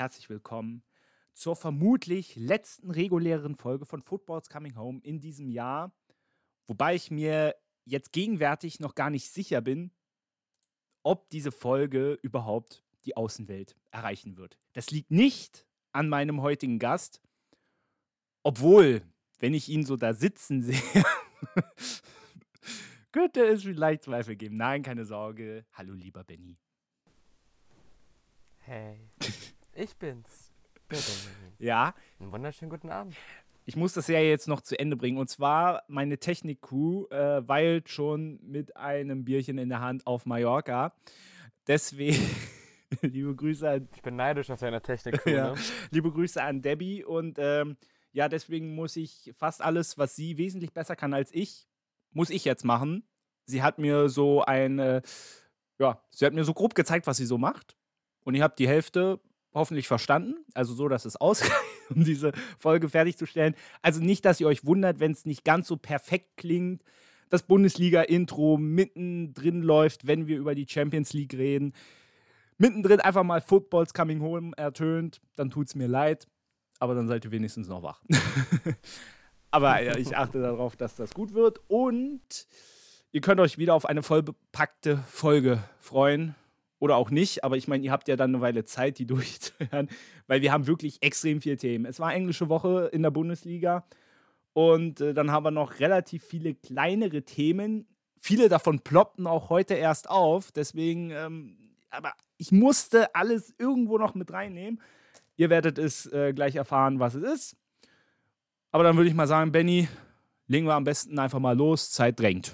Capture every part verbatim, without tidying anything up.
herzlich willkommen zur vermutlich letzten regulären Folge von Football's Coming Home in diesem Jahr. Wobei ich mir jetzt gegenwärtig noch gar nicht sicher bin, ob diese Folge überhaupt die Außenwelt erreichen wird. Das liegt nicht an meinem heutigen Gast, obwohl, wenn ich ihn so da sitzen sehe, könnte es vielleicht Zweifel geben. Nein, keine Sorge. Hallo, lieber Benny. Hey, ich bin's. Der Benjamin. Ja, Einen wunderschönen guten Abend. ich muss das ja jetzt noch zu Ende bringen. Und zwar, meine Technik-Crew äh, weilt schon mit einem Bierchen in der Hand auf Mallorca. Deswegen, liebe Grüße an, Ich bin neidisch auf deine Technik, ja, ne? liebe Grüße an Debbie. Und ähm, ja, deswegen muss ich fast alles, was sie wesentlich besser kann als ich, muss ich jetzt machen. Sie hat mir so ein, äh, ja, sie hat mir so grob gezeigt, was sie so macht. Und ich habe die Hälfte hoffentlich verstanden. Also so, dass es ausreicht, um diese Folge fertigzustellen. Also nicht, dass ihr euch wundert, wenn es nicht ganz so perfekt klingt. Das Bundesliga-Intro mittendrin läuft, wenn wir über die Champions League reden. Mittendrin einfach mal Football's Coming Home ertönt. Dann tut's mir leid. Aber dann seid ihr wenigstens noch wach. Aber ja, ich achte darauf, dass das gut wird. Und ihr könnt euch wieder auf eine vollbepackte Folge freuen. Oder auch nicht, aber ich meine, ihr habt ja dann eine Weile Zeit, die durchzuhören, weil wir haben wirklich extrem viele Themen. Es war englische Woche in der Bundesliga und äh, dann haben wir noch relativ viele kleinere Themen. Viele davon ploppten auch heute erst auf, deswegen, ähm, aber ich musste alles irgendwo noch mit reinnehmen. Ihr werdet es äh, gleich erfahren, was es ist. Aber dann würde ich mal sagen, Benny, legen wir am besten einfach mal los, Zeit drängt.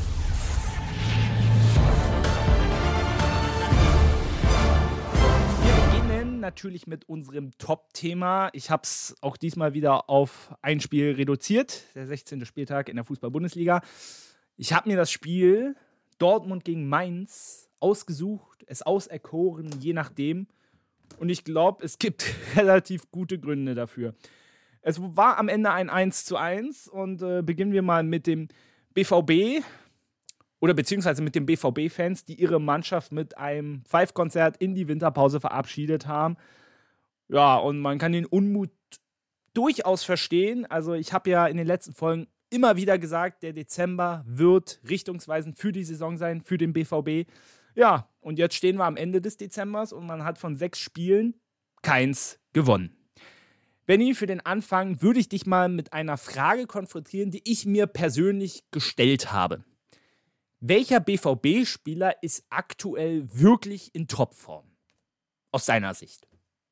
Natürlich mit unserem Top-Thema. Ich habe es auch diesmal wieder auf ein Spiel reduziert, der sechzehnte Spieltag in der Fußball-Bundesliga. Ich habe mir das Spiel Dortmund gegen Mainz ausgesucht, es auserkoren, je nachdem. Und ich glaube, es gibt relativ gute Gründe dafür. Es war am Ende ein eins zu eins und äh, beginnen wir mal mit dem B V B. Oder beziehungsweise mit den B V B-Fans, die ihre Mannschaft mit einem Five-Konzert in die Winterpause verabschiedet haben. Ja, und man kann den Unmut durchaus verstehen. Also ich habe ja in den letzten Folgen immer wieder gesagt, der Dezember wird richtungsweisend für die Saison sein, für den B V B. Ja, und jetzt stehen wir am Ende des Dezembers und man hat von sechs Spielen keins gewonnen. Benni, für den Anfang würde ich dich mal mit einer Frage konfrontieren, die ich mir persönlich gestellt habe. Welcher B V B-Spieler ist aktuell wirklich in Topform? Aus deiner Sicht.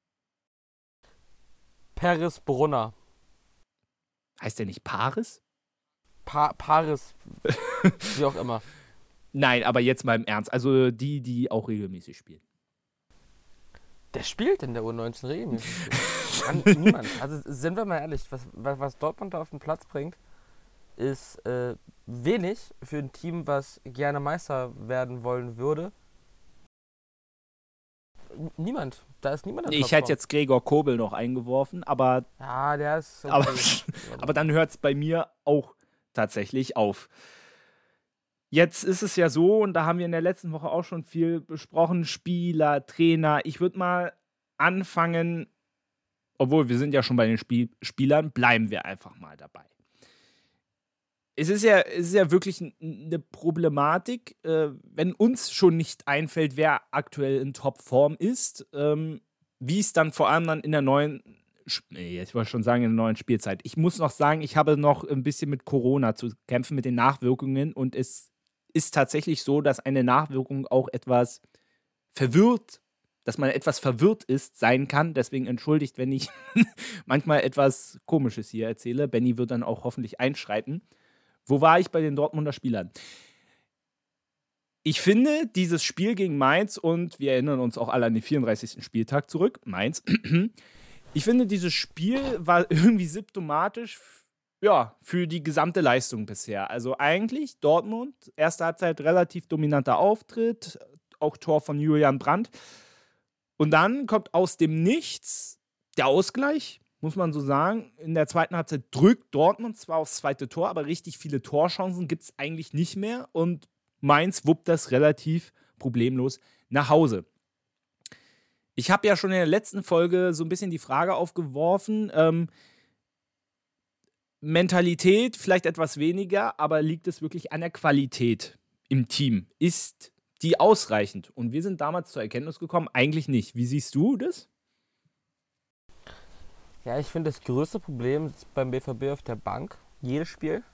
Paris Brunner. Heißt der nicht Paris? Pa- Paris. Wie auch immer. Nein, aber jetzt mal im Ernst. Also die, die auch regelmäßig spielen. Der spielt in der U neunzehn regelmäßig. An niemand. Also sind wir mal ehrlich, was, was, was Dortmund da auf den Platz bringt, ist äh, wenig für ein Team, was gerne Meister werden wollen würde. N- Niemand. Da ist niemand in Ich Topform. hätte jetzt Gregor Kobel noch eingeworfen, aber, Ja, der ist okay. aber, aber dann hört es bei mir auch tatsächlich auf. Jetzt ist es ja so, und da haben wir in der letzten Woche auch schon viel besprochen, Spieler, Trainer. Ich würde mal anfangen, obwohl wir sind ja schon bei den Spiel- Spielern, bleiben wir einfach mal dabei. Es ist ja, es ist ja wirklich n- eine Problematik, äh, wenn uns schon nicht einfällt, wer aktuell in Topform ist, ähm, wie es dann vor allem dann in der neuen, Sch- nee, ich wollte schon sagen, in der neuen Spielzeit. Ich muss noch sagen, ich habe noch ein bisschen mit Corona zu kämpfen, mit den Nachwirkungen, und es ist tatsächlich so, dass eine Nachwirkung auch etwas verwirrt, dass man etwas verwirrt ist, sein kann. Deswegen entschuldigt, wenn ich manchmal etwas Komisches hier erzähle. Benny wird dann auch hoffentlich einschreiten. Wo war ich bei den Dortmunder Spielern? Ich finde, dieses Spiel gegen Mainz, und wir erinnern uns auch alle an den vierunddreißigsten Spieltag zurück, Mainz, ich finde, dieses Spiel war irgendwie symptomatisch f- ja, für die gesamte Leistung bisher. Also eigentlich Dortmund, erste Halbzeit relativ dominanter Auftritt, auch Tor von Julian Brandt. Und dann kommt aus dem Nichts der Ausgleich, muss man so sagen. In der zweiten Halbzeit drückt Dortmund zwar aufs zweite Tor, aber richtig viele Torchancen gibt es eigentlich nicht mehr. Und Mainz wuppt das relativ problemlos nach Hause. Ich habe ja schon in der letzten Folge so ein bisschen die Frage aufgeworfen, ähm, Mentalität vielleicht etwas weniger, aber liegt es wirklich an der Qualität im Team? Ist die ausreichend? Und wir sind damals zur Erkenntnis gekommen, eigentlich nicht. Wie siehst du das? Ja, ich finde, das größte Problem ist beim B V B auf der Bank, jedes Spiel,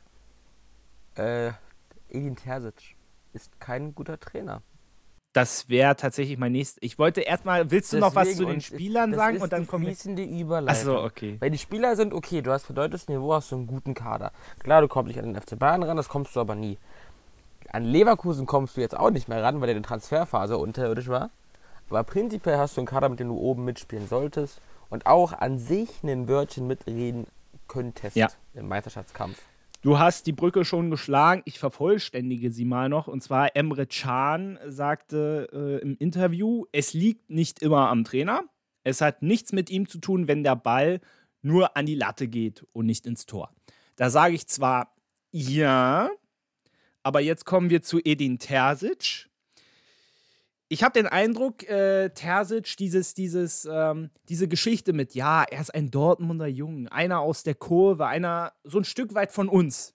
äh, Edin Terzic ist kein guter Trainer. Das wäre tatsächlich mein nächstes. Ich wollte erstmal, willst du noch was zu Deswegen, den und Spielern das sagen ist und dann die kommen wir. fließende Überleitung. Achso, okay. Weil die Spieler sind okay, du hast für deutsches Niveau hast du einen guten Kader. Klar, du kommst nicht an den F C Bayern ran, das kommst du aber nie. An Leverkusen kommst du jetzt auch nicht mehr ran, weil der in der Transferphase unterirdisch war. Aber prinzipiell hast du einen Kader, mit dem du oben mitspielen solltest und auch an sich ein Wörtchen mitreden könntest Ja. im Meisterschaftskampf. Du hast die Brücke schon geschlagen. Ich vervollständige sie mal noch. Und zwar Emre Can sagte äh, im Interview, es liegt nicht immer am Trainer. Es hat nichts mit ihm zu tun, wenn der Ball nur an die Latte geht und nicht ins Tor. Da sage ich zwar ja, aber jetzt kommen wir zu Edin Terzic. Ich habe den Eindruck, äh, Terzic, dieses, dieses, ähm, diese Geschichte mit, ja, er ist ein Dortmunder Jungen, einer aus der Kurve, einer so ein Stück weit von uns.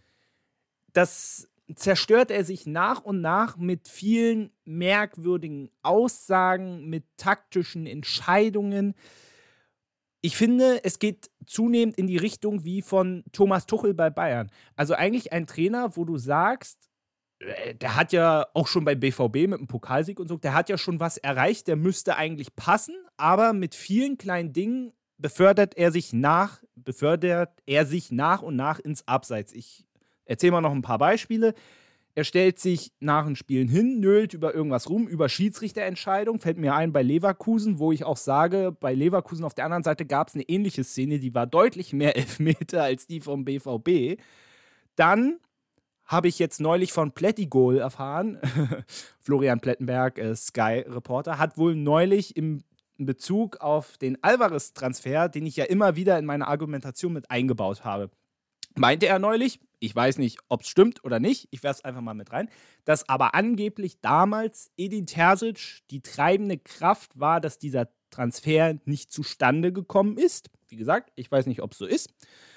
Das zerstört er sich nach und nach mit vielen merkwürdigen Aussagen, mit taktischen Entscheidungen. Ich finde, es geht zunehmend in die Richtung wie von Thomas Tuchel bei Bayern. Also eigentlich ein Trainer, wo du sagst, der hat ja auch schon bei B V B mit dem Pokalsieg und so, der hat ja schon was erreicht, der müsste eigentlich passen, aber mit vielen kleinen Dingen befördert er sich nach, befördert er sich nach und nach ins Abseits. Ich erzähle mal noch ein paar Beispiele. Er stellt sich nach den Spielen hin, nölt über irgendwas rum, über Schiedsrichterentscheidung, fällt mir ein bei Leverkusen, wo ich auch sage, bei Leverkusen auf der anderen Seite gab es eine ähnliche Szene, die war deutlich mehr Elfmeter als die vom B V B. Dann habe ich jetzt neulich von Plättigol erfahren, Florian Plettenberg, äh, Sky-Reporter, hat wohl neulich im in Bezug auf den Alvarez-Transfer, den ich ja immer wieder in meine Argumentation mit eingebaut habe, meinte er neulich, ich weiß nicht, ob es stimmt oder nicht, ich werfe es einfach mal mit rein, dass aber angeblich damals Edin Terzic die treibende Kraft war, dass dieser Transfer nicht zustande gekommen ist. Wie gesagt, ich weiß nicht, ob es so ist.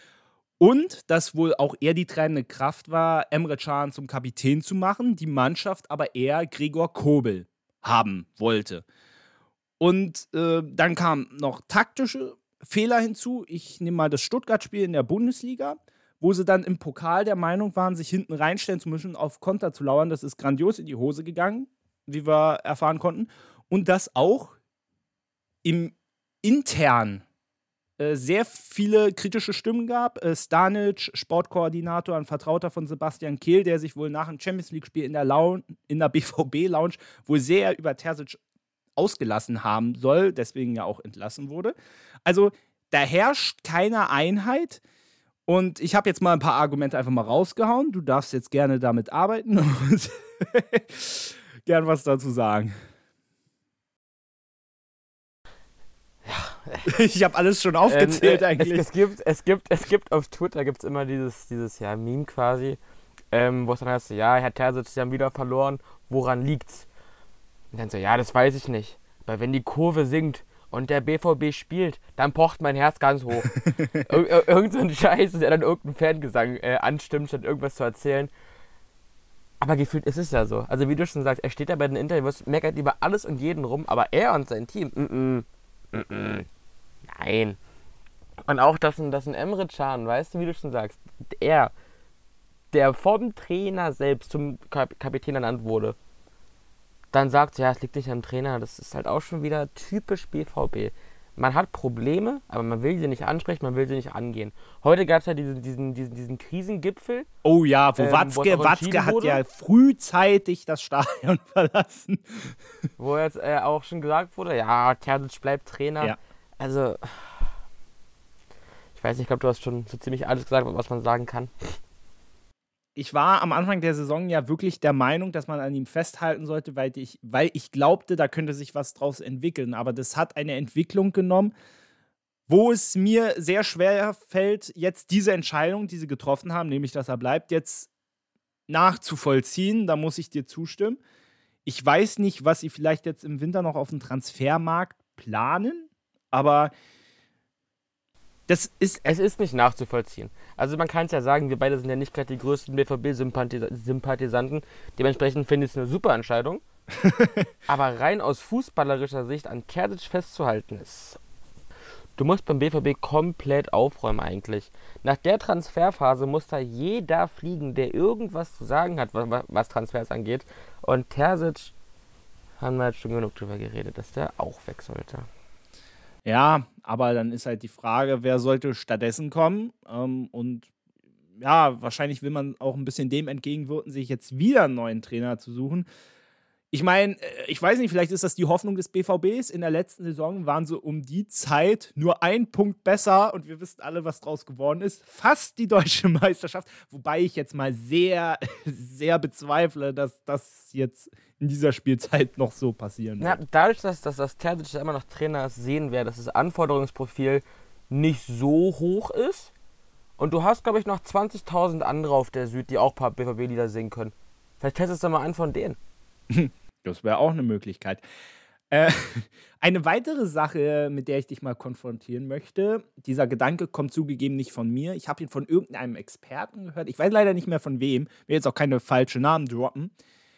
Und dass wohl auch er die treibende Kraft war, Emre Can zum Kapitän zu machen, die Mannschaft aber eher Gregor Kobel haben wollte. Und äh, dann kamen noch taktische Fehler hinzu. Ich nehme mal das Stuttgart-Spiel in der Bundesliga, wo sie dann im Pokal der Meinung waren, sich hinten reinstellen zu müssen, auf Konter zu lauern. Das ist grandios in die Hose gegangen, wie wir erfahren konnten. Und dass auch im intern äh, sehr viele kritische Stimmen gab. Äh, Stanic, Sportkoordinator, ein Vertrauter von Sebastian Kehl, der sich wohl nach dem Champions-League-Spiel in der, Lounge, in der B V B-Lounge wohl sehr über Terzic ausgelassen haben soll, deswegen ja auch entlassen wurde. Also da herrscht keine Einheit und ich habe jetzt mal ein paar Argumente einfach mal rausgehauen. Du darfst jetzt gerne damit arbeiten und gern was dazu sagen. Ich habe alles schon aufgezählt ähm, äh, eigentlich. Es, es, gibt, es, gibt, es gibt auf Twitter gibt's immer dieses, dieses ja, Meme quasi, ähm, wo es dann heißt, ja, Herr Terzic, Sie haben wieder verloren, woran liegt's? Und dann so, ja, das weiß ich nicht. Weil wenn die Kurve sinkt und der B V B spielt, dann pocht mein Herz ganz hoch. Ir- irgend so ein Scheiß, der dann irgendeinen Fangesang äh, anstimmt, statt irgendwas zu erzählen. Aber gefühlt ist es ja so. Also wie du schon sagst, er steht da bei den Interviews, meckert über alles und jeden rum, aber er und sein Team, mm, mm, mm, nein. Und auch, dass ein, dass ein Emre Can, weißt du, wie du schon sagst, er, der vom Trainer selbst zum Kap- Kapitän ernannt wurde, dann sagt, ja, es liegt nicht am Trainer, das ist halt auch schon wieder typisch B V B. Man hat Probleme, aber man will sie nicht ansprechen, man will sie nicht angehen. Heute gab es ja diesen, diesen, diesen, diesen Krisengipfel. Oh ja, wo ähm, Watzke, wo Watzke hat wurde, ja frühzeitig das Stadion verlassen. Wo jetzt äh, auch schon gesagt wurde, ja, Terzic bleibt Trainer. Ja. Also, ich weiß nicht, ich glaube, du hast schon so ziemlich alles gesagt, was man sagen kann. Ich war am Anfang der Saison ja wirklich der Meinung, dass man an ihm festhalten sollte, weil ich, weil ich glaubte, da könnte sich was draus entwickeln. Aber das hat eine Entwicklung genommen, wo es mir sehr schwer fällt, jetzt diese Entscheidung, die sie getroffen haben, nämlich, dass er bleibt, jetzt nachzuvollziehen. Da muss ich dir zustimmen. Ich weiß nicht, was sie vielleicht jetzt im Winter noch auf dem Transfermarkt planen, aber das ist... Es ist nicht nachzuvollziehen. Also man kann es ja sagen, wir beide sind ja nicht gerade die größten B V B-Sympathisanten. Dementsprechend finde ich es eine super Entscheidung. Aber rein aus fußballerischer Sicht an Terzic festzuhalten ist... Du musst beim B V B komplett aufräumen eigentlich. Nach der Transferphase muss da jeder fliegen, der irgendwas zu sagen hat, was, was Transfers angeht. Und Terzic, haben wir jetzt schon genug drüber geredet, dass der auch weg sollte. Ja, aber dann ist halt die Frage, wer sollte stattdessen kommen? Ähm, und ja, wahrscheinlich will man auch ein bisschen dem entgegenwirken, sich jetzt wieder einen neuen Trainer zu suchen. Ich meine, ich weiß nicht, vielleicht ist das die Hoffnung des B V Bs. In der letzten Saison waren sie um die Zeit nur ein Punkt besser und wir wissen alle, was draus geworden ist. Fast die deutsche Meisterschaft. Wobei ich jetzt mal sehr, sehr bezweifle, dass das jetzt in dieser Spielzeit noch so passieren wird. Ja, dadurch, dass, dass das Terzic immer noch Trainer ist, sehen wir, dass das Anforderungsprofil nicht so hoch ist. Und du hast, glaube ich, noch zwanzigtausend andere auf der Süd, die auch ein paar B V B-Lieder singen können. Vielleicht testest du mal einen von denen. Das wäre auch eine Möglichkeit. Äh, eine weitere Sache, mit der ich dich mal konfrontieren möchte, dieser Gedanke kommt zugegeben nicht von mir. Ich habe ihn von irgendeinem Experten gehört. Ich weiß leider nicht mehr von wem. Ich will jetzt auch keine falschen Namen droppen.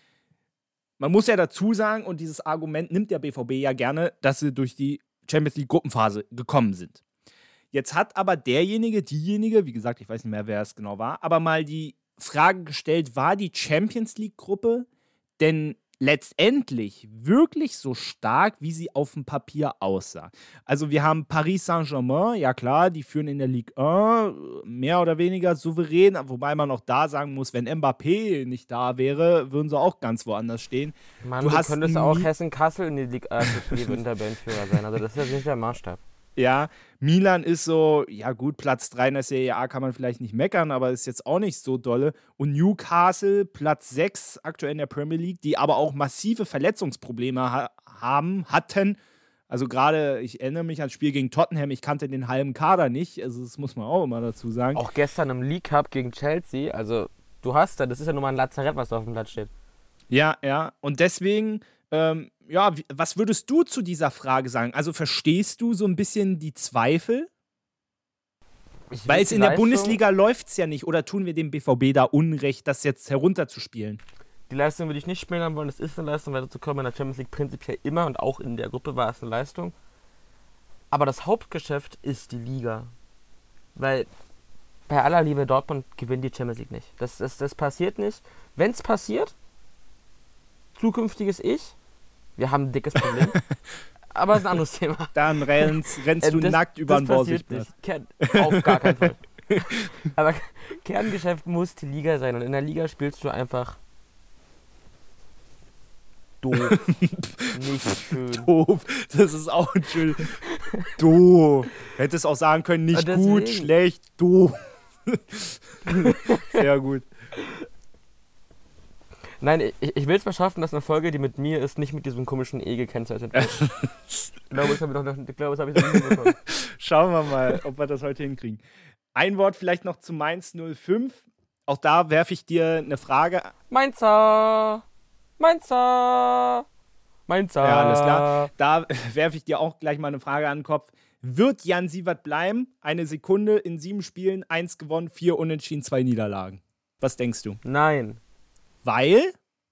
Man muss ja dazu sagen, und dieses Argument nimmt der B V B ja gerne, dass sie durch die Champions League Gruppenphase gekommen sind. Jetzt hat aber derjenige, diejenige, wie gesagt, ich weiß nicht mehr, wer es genau war, aber mal die Frage gestellt, war die Champions League Gruppe denn letztendlich wirklich so stark, wie sie auf dem Papier aussah? Also wir haben Paris Saint-Germain, ja klar, die führen in der Ligue eins mehr oder weniger souverän, wobei man auch da sagen muss, wenn Mbappé nicht da wäre, würden sie auch ganz woanders stehen. Mann, du du hast könntest Mi- auch Hessen-Kassel in die Ligue eins mit Tabellenführer sein, also das ist jetzt nicht der Maßstab. Ja, Milan ist so, ja gut, Platz drei in der Serie A kann man vielleicht nicht meckern, aber ist jetzt auch nicht so dolle. Und Newcastle, Platz sechs aktuell in der Premier League, die aber auch massive Verletzungsprobleme ha- haben, hatten. Also gerade, ich erinnere mich ans Spiel gegen Tottenham, ich kannte den halben Kader nicht, also das muss man auch immer dazu sagen. Auch gestern im League Cup gegen Chelsea, also du hast da, das ist ja nur mal ein Lazarett, was da auf dem Platz steht. Ja, ja, und deswegen, ähm, ja, wie, was würdest du zu dieser Frage sagen? Also verstehst du so ein bisschen die Zweifel? Ich Weil will es die in der Leistung- Bundesliga läuft es ja nicht. Oder tun wir dem B V B da Unrecht, das jetzt herunterzuspielen? Die Leistung würde ich nicht schmälern wollen, es ist eine Leistung, weiterzukommen in der Champions League prinzipiell immer und auch in der Gruppe war es eine Leistung. Aber das Hauptgeschäft ist die Liga. Weil bei aller Liebe Dortmund gewinnt die Champions League nicht. Das, das, das passiert nicht. Wenn es passiert, zukünftiges Ich, wir haben ein dickes Problem. Aber das ist ein anderes Thema. Dann rennst, rennst Äh, du das- nackt über das den passiert Borsigplatz. nicht. Kern, auf gar keinen Fall. Aber Kerngeschäft muss die Liga sein. Und in der Liga spielst du einfach doof. Nicht schön. Doof, das ist auch ein schön. Doof. Hättest auch sagen können, nicht Und gut, deswegen- schlecht, doof. Sehr gut. Nein, ich, ich will es mal schaffen, dass eine Folge, die mit mir ist, nicht mit diesem komischen E gekennzeichnet wird. Ich glaube, das habe ich noch, ich glaube, das habe ich noch nie hinbekommen. Schauen wir mal, ob wir das heute hinkriegen. Ein Wort vielleicht noch zu Mainz null fünf. Auch da werfe ich dir eine Frage. Mainzer! Mainzer! Mainzer! Ja, alles klar. Da werfe ich dir auch gleich mal eine Frage an den Kopf. Wird Jan Siewert bleiben? Eine Sekunde in sieben Spielen, eins gewonnen, vier Unentschieden, zwei Niederlagen. Was denkst du? Nein. Weil?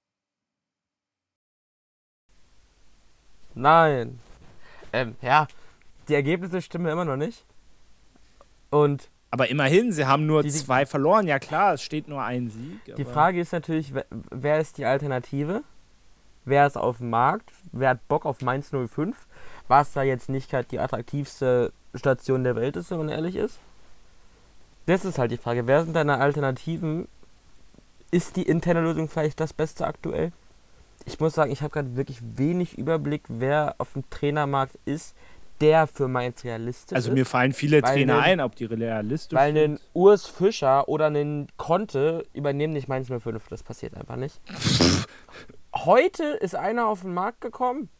Nein. Ähm, ja, die Ergebnisse stimmen immer noch nicht. Und Aber immerhin, sie haben nur Die- die- zwei verloren. Ja klar, es steht nur ein Sieg. die aber- Frage ist natürlich, wer, wer ist die Alternative? Wer ist auf dem Markt? Wer hat Bock auf Mainz null fünf? Was da jetzt nicht gerade die attraktivste Station der Welt ist, wenn man ehrlich ist? Das ist halt die Frage. Wer sind deine Alternativen? Ist die interne Lösung vielleicht das Beste aktuell? Ich muss sagen, ich habe gerade wirklich wenig Überblick, wer auf dem Trainermarkt ist, der für Mainz realistisch Also ist. mir fallen viele Weil Trainer den- ein, ob die realistisch Weil sind. einen Urs Fischer oder einen Conte übernehmen nicht Mainz null fünf. Das passiert einfach nicht. Heute ist einer auf den Markt gekommen.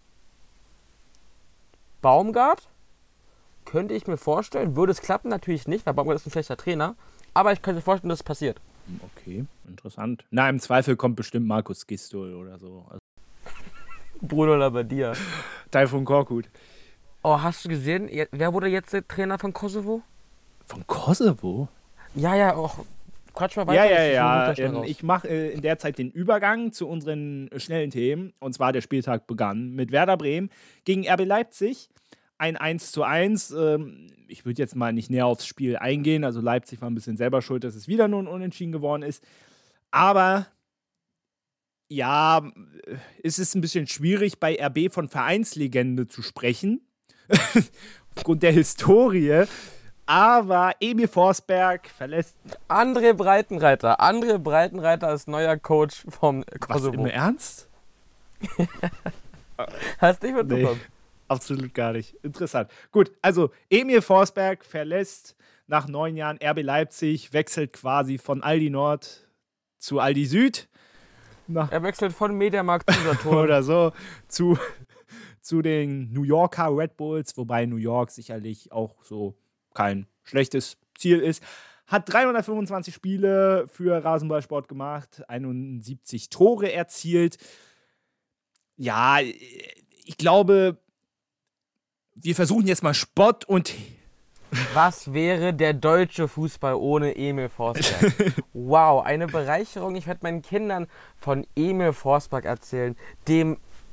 Baumgart. Könnte ich mir vorstellen. Würde es klappen? Natürlich nicht, weil Baumgart ist ein schlechter Trainer. Aber ich könnte mir vorstellen, dass es passiert. Okay, interessant. Na, im Zweifel kommt bestimmt Markus Gistol oder so. Also Bruno Labbadia. Taifun Korkut. Oh, hast du gesehen, wer wurde jetzt der Trainer von Kosovo? Von Kosovo? Ja, ja, auch. Quatsch mal Ja, weiter. ja, ich ja. Ähm, ich mache äh, in der Zeit den Übergang zu unseren schnellen Themen. Und zwar der Spieltag begann mit Werder Bremen gegen R B Leipzig. Ein eins zu eins. Ähm, ich würde jetzt mal nicht näher aufs Spiel eingehen. Also Leipzig war ein bisschen selber schuld, dass es wieder nur ein Unentschieden geworden ist. Aber ja, es ist ein bisschen schwierig, bei R B von Vereinslegende zu sprechen. Aufgrund der Historie. Aber Emil Forsberg verlässt. André Breitenreiter. André Breitenreiter ist neuer Coach vom Kosovo. Was, im Ernst? Hast du nicht mitbekommen? Nee, absolut gar nicht. Interessant. Gut, also Emil Forsberg verlässt nach neun Jahren R B Leipzig, wechselt quasi von Aldi Nord zu Aldi Süd. Nach Er wechselt von Mediamarkt zu Saturn. oder so zu, zu den New Yorker Red Bulls, wobei New York sicherlich auch so kein schlechtes Ziel ist. Hat dreihundertfünfundzwanzig Spiele für Rasenballsport gemacht, einundsiebzig Tore erzielt. Ja, ich glaube, wir versuchen jetzt mal Spott und... Was wäre der deutsche Fußball ohne Emil Forsberg? Wow, eine Bereicherung. Ich werde meinen Kindern von Emil Forsberg erzählen, dem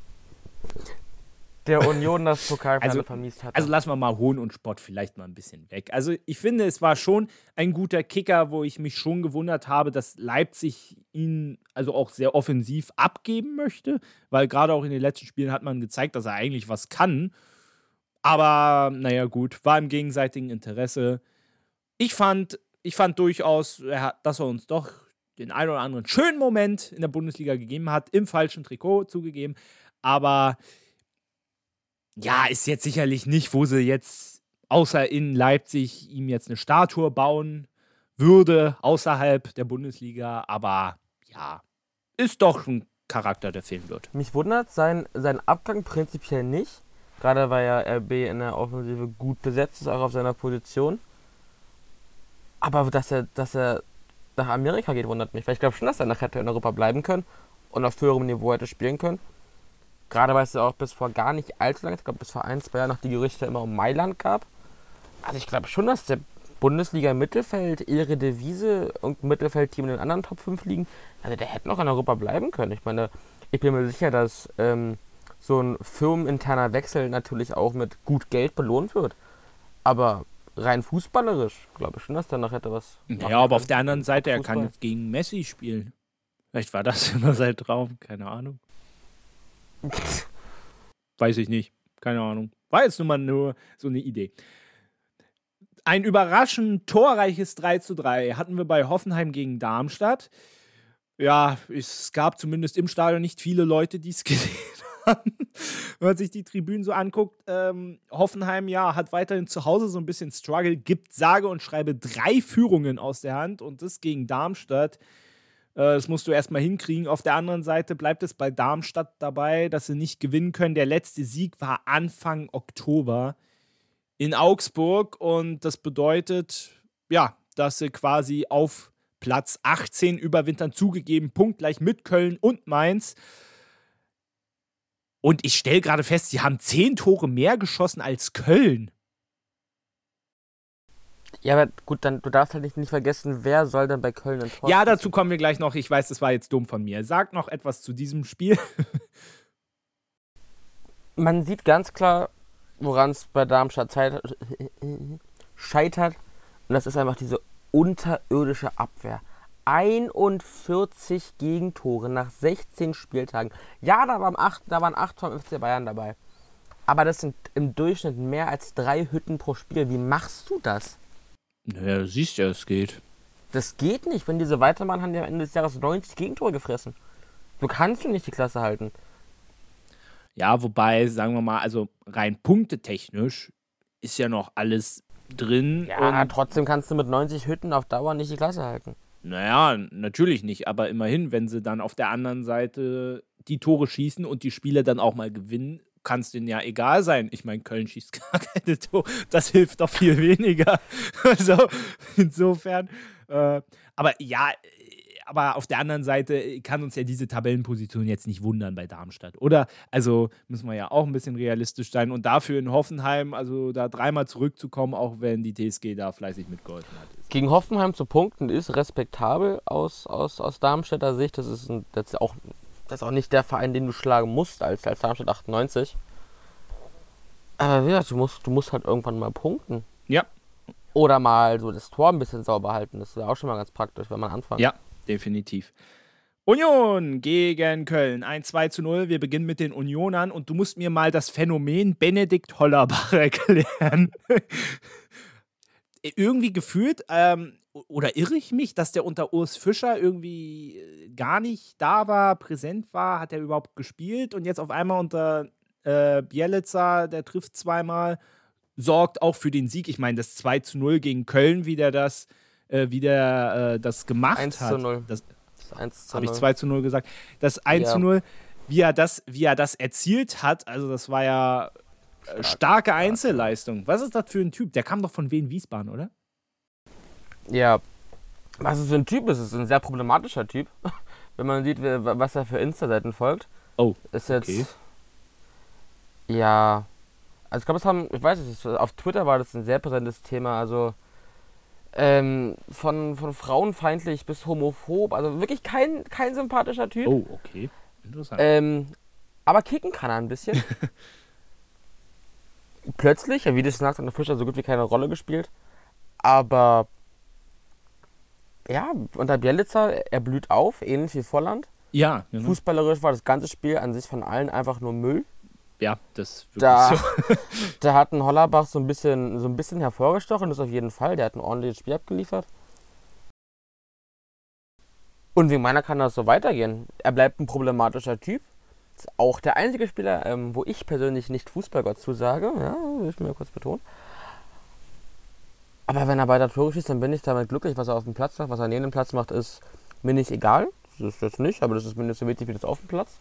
der Union das Pokalfinale also, vermiest hat. Also lassen wir mal Hohn und Spott vielleicht mal ein bisschen weg. Also ich finde, es war schon ein guter Kicker, wo ich mich schon gewundert habe, dass Leipzig ihn also auch sehr offensiv abgeben möchte, weil gerade auch in den letzten Spielen hat man gezeigt, dass er eigentlich was kann. Aber naja gut, war im gegenseitigen Interesse. Ich fand, ich fand durchaus, dass er uns doch den einen oder anderen schönen Moment in der Bundesliga gegeben hat, im falschen Trikot zugegeben. Aber ja, ist jetzt sicherlich nicht, wo sie jetzt außer in Leipzig ihm jetzt eine Statue bauen würde, außerhalb der Bundesliga. Aber ja, ist doch ein Charakter, der fehlen wird. Mich wundert sein, sein Abgang prinzipiell nicht. Gerade weil ja R B in der Offensive gut besetzt ist, auch auf seiner Position. Aber dass er, dass er nach Amerika geht, wundert mich. Weil ich glaube schon, dass er nachher in Europa bleiben können und auf höherem Niveau hätte spielen können. Gerade weil es ja auch bis vor gar nicht allzu lange, ich glaube bis vor ein, zwei Jahren noch die Gerüchte immer um Mailand gab. Also ich glaube schon, dass der Bundesliga im Mittelfeld, Eredivisie und Mittelfeldteam in den anderen Top fünf liegen, also der hätte noch in Europa bleiben können. Ich meine, ich bin mir sicher, dass ähm, so ein firmeninterner Wechsel natürlich auch mit gut Geld belohnt wird. Aber rein fußballerisch glaube ich schon, dass der noch hätte was. Ja, aber auf der anderen Seite, er kann jetzt gegen Messi spielen. Vielleicht war das immer sein Traum, keine Ahnung. Weiß ich nicht, keine Ahnung. War jetzt nur mal nur so eine Idee. Ein überraschend torreiches drei zu drei hatten wir bei Hoffenheim gegen Darmstadt. Ja, es gab zumindest im Stadion nicht viele Leute, die es gesehen haben. Wenn man sich die Tribünen so anguckt, ähm, Hoffenheim ja hat weiterhin zu Hause so ein bisschen Struggle, gibt sage und schreibe drei Führungen aus der Hand und das gegen Darmstadt. Das musst du erstmal hinkriegen. Auf der anderen Seite bleibt es bei Darmstadt dabei, dass sie nicht gewinnen können. Der letzte Sieg war Anfang Oktober in Augsburg und das bedeutet, ja, dass sie quasi auf Platz achtzehn überwintern, zugegeben, punktgleich mit Köln und Mainz. Und ich stelle gerade fest, sie haben zehn Tore mehr geschossen als Köln. Ja, aber gut, dann du darfst halt nicht, nicht vergessen, wer soll denn bei Köln ein Tor Ja, dazu kommen wir gleich noch. Ich weiß, das war jetzt dumm von mir. Sag noch etwas zu diesem Spiel. Man sieht ganz klar, woran es bei Darmstadt scheitert. Und das ist einfach diese unterirdische Abwehr. einundvierzig Gegentore nach sechzehn Spieltagen. Ja, da waren acht, da waren acht vom F C Bayern dabei. Aber das sind im Durchschnitt mehr als drei Hütten pro Spiel. Wie machst du das? Naja, du siehst ja, es geht. Das geht nicht. Wenn diese weitermachen, haben die am Ende des Jahres neunzig Gegentore gefressen. Du kannst du nicht die Klasse halten. Ja, wobei, sagen wir mal, also rein punktetechnisch ist ja noch alles drin. Ja, und trotzdem kannst du mit neunzig Hütten auf Dauer nicht die Klasse halten. Naja, natürlich nicht, aber immerhin, wenn sie dann auf der anderen Seite die Tore schießen und die Spiele dann auch mal gewinnen, kann es denen ja egal sein. Ich meine, Köln schießt gar keine Tore. Das hilft doch viel weniger. Also, insofern. Äh, aber ja, aber auf der anderen Seite kann uns ja diese Tabellenposition jetzt nicht wundern bei Darmstadt, oder? Also müssen wir ja auch ein bisschen realistisch sein und dafür in Hoffenheim, also da dreimal zurückzukommen, auch wenn die T S G da fleißig mitgeholfen hat. Gegen Hoffenheim zu punkten ist respektabel aus, aus, aus Darmstädter Sicht. Das ist, ein, das, ist auch, das ist auch nicht der Verein, den du schlagen musst als, als Darmstadt achtundneunzig. Aber ja, du musst, du musst halt irgendwann mal punkten. Ja. Oder mal so das Tor ein bisschen sauber halten. Das wäre auch schon mal ganz praktisch, wenn man anfängt. Ja, definitiv. Union gegen Köln, ein zwei zu null. Wir beginnen mit den Unionern und du musst mir mal das Phänomen Benedikt Hollerbach erklären. Irgendwie gefühlt, ähm, oder irre ich mich, dass der unter Urs Fischer irgendwie gar nicht da war, präsent war, hat er überhaupt gespielt und jetzt auf einmal unter äh, Bielica, der trifft zweimal, sorgt auch für den Sieg. Ich meine, das zwei zu null gegen Köln, wie der das, äh, wie der, äh, das gemacht eins hat. zu null. Das, das eins zu habe null. ich zwei zu null gesagt. Das eins zu null, wie er das, wie er das erzielt hat, also das war ja äh, starke Einzelleistung. Was ist das für ein Typ? Der kam doch von Wien Wiesbaden, oder? Ja, was es für ein Typ ist, ist ein sehr problematischer Typ. Wenn man sieht, was er für Insta-Seiten folgt. Oh, ist jetzt. okay. Ja. Also ich glaube, es haben, ich weiß nicht, auf Twitter war das ein sehr präsentes Thema. Also ähm, von, von frauenfeindlich bis homophob. Also wirklich kein, kein sympathischer Typ. Oh, okay. Interessant. Ähm, aber kicken kann er ein bisschen. Plötzlich, ja, wie du es sagst, hat der Fischer so gut wie keine Rolle gespielt. Aber ja, unter Bielica, er blüht auf, ähnlich wie Volland. Ja, genau. Fußballerisch war das ganze Spiel an sich von allen einfach nur Müll. Ja, das ist wirklich Da, so. da hat ein Hollerbach so ein bisschen, so ein bisschen hervorgestochen, das auf jeden Fall. Der hat ein ordentliches Spiel abgeliefert. Und wegen meiner kann das so weitergehen. Er bleibt ein problematischer Typ. Ist auch der einzige Spieler, ähm, wo ich persönlich nicht Fußballgott zusage. Ja, will ich mir kurz betonen. Aber wenn er weiter Tore schießt, dann bin ich damit glücklich. Was er auf dem Platz macht, was er neben dem Platz macht, ist mir nicht egal. Das ist jetzt nicht, aber das ist mindestens so wichtig wie das auf dem Platz.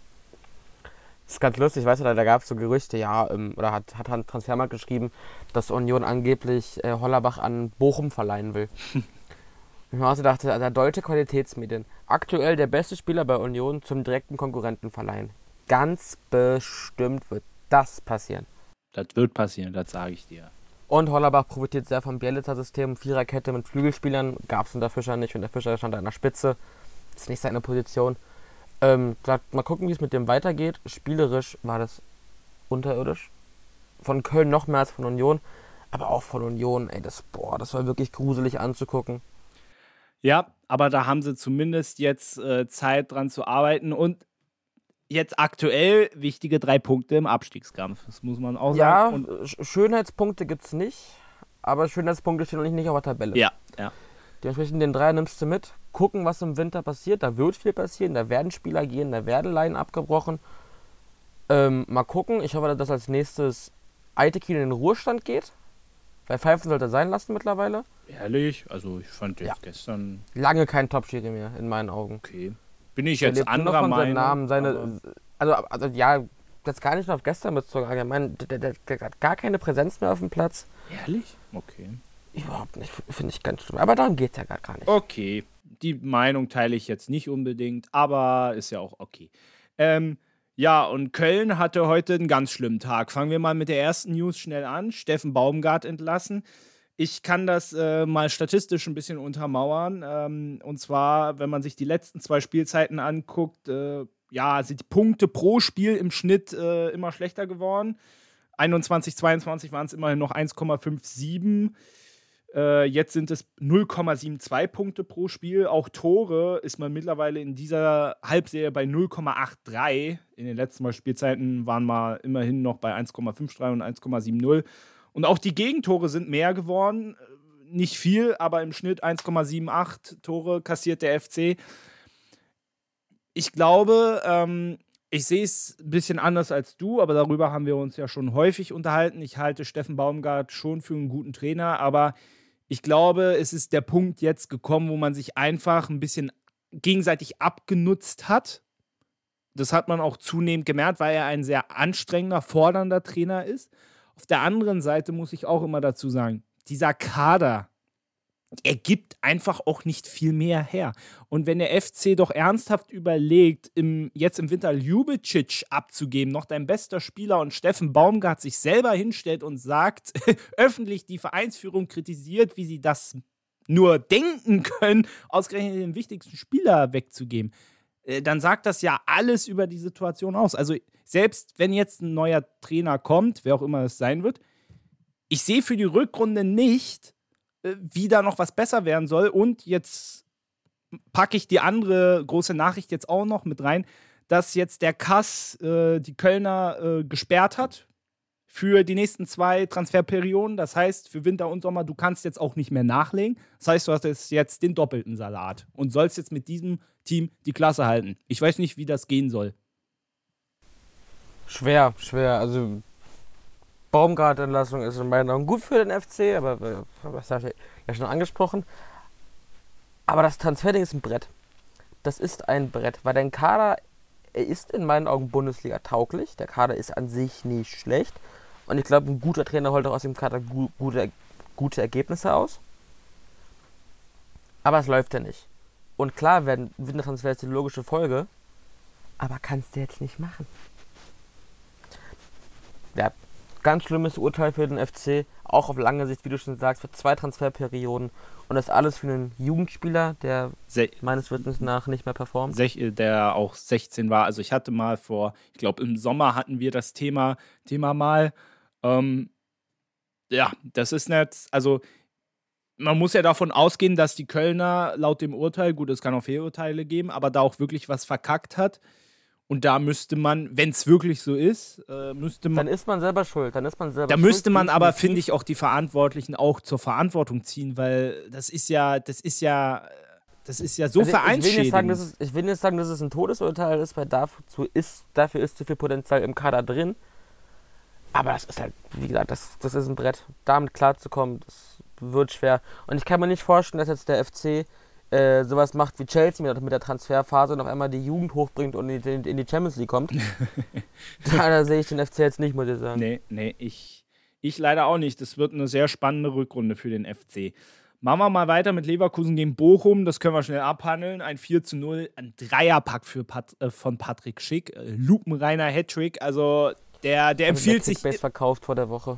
Das ist ganz lustig, weißt du, da, da gab es so Gerüchte, ja, ähm, oder hat, hat ein Transfermarkt geschrieben, dass Union angeblich äh, Hollerbach an Bochum verleihen will. Ich mir also dachte, also deutsche Qualitätsmedien. Aktuell der beste Spieler bei Union zum direkten Konkurrenten verleihen. Ganz bestimmt wird das passieren. Das wird passieren, das sage ich dir. Und Hollerbach profitiert sehr vom Bielica-System. Viererkette mit Flügelspielern gab es unter Fischer nicht. Und der Fischer stand da an der Spitze. Das ist nicht seine Position. Ähm, mal gucken, wie es mit dem weitergeht. Spielerisch war das unterirdisch. Von Köln noch mehr als von Union. Aber auch von Union, ey, das, boah, das war wirklich gruselig anzugucken. Ja, aber da haben sie zumindest jetzt äh, Zeit dran zu arbeiten. Und jetzt aktuell wichtige drei Punkte im Abstiegskampf. Das muss man auch ja, sagen. Ja, Sch- Schönheitspunkte gibt's nicht. Aber Schönheitspunkte stehen noch nicht, nicht auf der Tabelle. Ja, ja. Dementsprechend den Dreier nimmst du mit. Gucken, was im Winter passiert. Da wird viel passieren. Da werden Spieler gehen. Da werden Leinen abgebrochen. Ähm, mal gucken. Ich hoffe, dass als nächstes Eitekin in den Ruhestand geht. Weil Pfeifen sollte er sein lassen mittlerweile. Ehrlich? Also ich fand jetzt Ja. gestern... Lange kein Top-Schiri mehr, in meinen Augen. Okay. Bin ich Er jetzt lebt nur noch anderer von seinem Meinung? Namen, seine, aber- also, also ja, das gar nicht nur auf gestern bezogen. Allgemein, der, der, der hat gar keine Präsenz mehr auf dem Platz. Ehrlich? Okay. Überhaupt nicht, finde ich ganz schlimm. Aber darum geht es ja gar, gar nicht. Okay. Die Meinung teile ich jetzt nicht unbedingt, aber ist ja auch okay. Ähm, ja, und Köln hatte heute einen ganz schlimmen Tag. Fangen wir mal mit der ersten News schnell an. Steffen Baumgart entlassen. Ich kann das äh, mal statistisch ein bisschen untermauern. Ähm, und zwar, wenn man sich die letzten zwei Spielzeiten anguckt, äh, ja, sind die Punkte pro Spiel im Schnitt äh, immer schlechter geworden. einundzwanzig, zweiundzwanzig waren es immerhin noch eins Komma siebenundfünfzig. Äh, jetzt sind es null Komma zweiundsiebzig Punkte pro Spiel. Auch Tore ist man mittlerweile in dieser Halbserie bei null Komma dreiundachtzig. In den letzten Mal Spielzeiten waren wir immerhin noch bei eins Komma dreiundfünfzig und eins Komma siebzig. Und auch die Gegentore sind mehr geworden. Nicht viel, aber im Schnitt eins Komma achtzig Tore kassiert der F C. Ich glaube, ähm, ich sehe es ein bisschen anders als du, aber darüber haben wir uns ja schon häufig unterhalten. Ich halte Steffen Baumgart schon für einen guten Trainer, aber ich glaube, es ist der Punkt jetzt gekommen, wo man sich einfach ein bisschen gegenseitig abgenutzt hat. Das hat man auch zunehmend gemerkt, weil er ein sehr anstrengender, fordernder Trainer ist. Auf der anderen Seite muss ich auch immer dazu sagen, dieser Kader er gibt einfach auch nicht viel mehr her. Und wenn der F C doch ernsthaft überlegt, im, jetzt im Winter Ljubicic abzugeben, noch dein bester Spieler, und Steffen Baumgart sich selber hinstellt und sagt, öffentlich die Vereinsführung kritisiert, wie sie das nur denken können, ausgerechnet den wichtigsten Spieler wegzugeben, äh, dann sagt das ja alles über die Situation aus. Also selbst wenn jetzt ein neuer Trainer kommt, wer auch immer es sein wird, ich sehe für die Rückrunde nicht, wie da noch was besser werden soll. Und jetzt packe ich die andere große Nachricht jetzt auch noch mit rein, dass jetzt der Kass äh, die Kölner äh, gesperrt hat für die nächsten zwei Transferperioden. Das heißt, für Winter und Sommer, du kannst jetzt auch nicht mehr nachlegen. Das heißt, du hast jetzt den doppelten Salat und sollst jetzt mit diesem Team die Klasse halten. Ich weiß nicht, wie das gehen soll. Schwer, schwer. Also Baumgart-Entlassung ist in meinen Augen gut für den F C, aber das habe ich ja schon angesprochen. Aber das Transferding ist ein Brett. Das ist ein Brett, weil dein Kader, er ist in meinen Augen Bundesliga tauglich. Der Kader ist an sich nicht schlecht. Und ich glaube, ein guter Trainer holt auch aus dem Kader gu- gute, gute Ergebnisse aus. Aber es läuft ja nicht. Und klar, werden Wintertransfer ist die logische Folge, aber kannst du jetzt nicht machen. Ja, ganz schlimmes Urteil für den F C, auch auf lange Sicht, wie du schon sagst, für zwei Transferperioden. Und das alles für einen Jugendspieler, der Se- meines Wissens nach nicht mehr performt. Sech- der auch sechzehn war. Also ich hatte mal vor, ich glaube im Sommer hatten wir das Thema, Thema mal. Ähm, ja, das ist nicht, also man muss ja davon ausgehen, dass die Kölner laut dem Urteil, gut, es kann auch Fehlurteile geben, aber da auch wirklich was verkackt hat. Und da müsste man, wenn es wirklich so ist, äh, müsste man. Dann ist man selber schuld. Dann ist man selber Da schuld, müsste man aber, definitiv. finde ich, auch die Verantwortlichen auch zur Verantwortung ziehen, weil das ist ja, das ist ja, das ist ja so Also ich, will nicht vereinsschädigend. sagen, dass es, ich will nicht sagen, dass es ein Todesurteil ist, weil dazu ist, dafür ist zu viel Potenzial im Kader drin. Aber das ist halt, wie gesagt, das, das ist ein Brett. Damit klarzukommen, das wird schwer. Und ich kann mir nicht vorstellen, dass jetzt der F C äh, sowas macht wie Chelsea mit, mit der Transferphase und auf einmal die Jugend hochbringt und in die, in die Champions League kommt. da, da sehe ich den F C jetzt nicht, muss ich sagen. Nee, nee, ich, ich leider auch nicht. Das wird eine sehr spannende Rückrunde für den F C. Machen wir mal weiter mit Leverkusen gegen Bochum. Das können wir schnell abhandeln. Ein vier zu null, ein Dreierpack für Pat, äh, von Patrick Schick. Äh, lupenreiner Hattrick. Also der, der empfiehlt sich. Kickbase verkauft vor der Woche.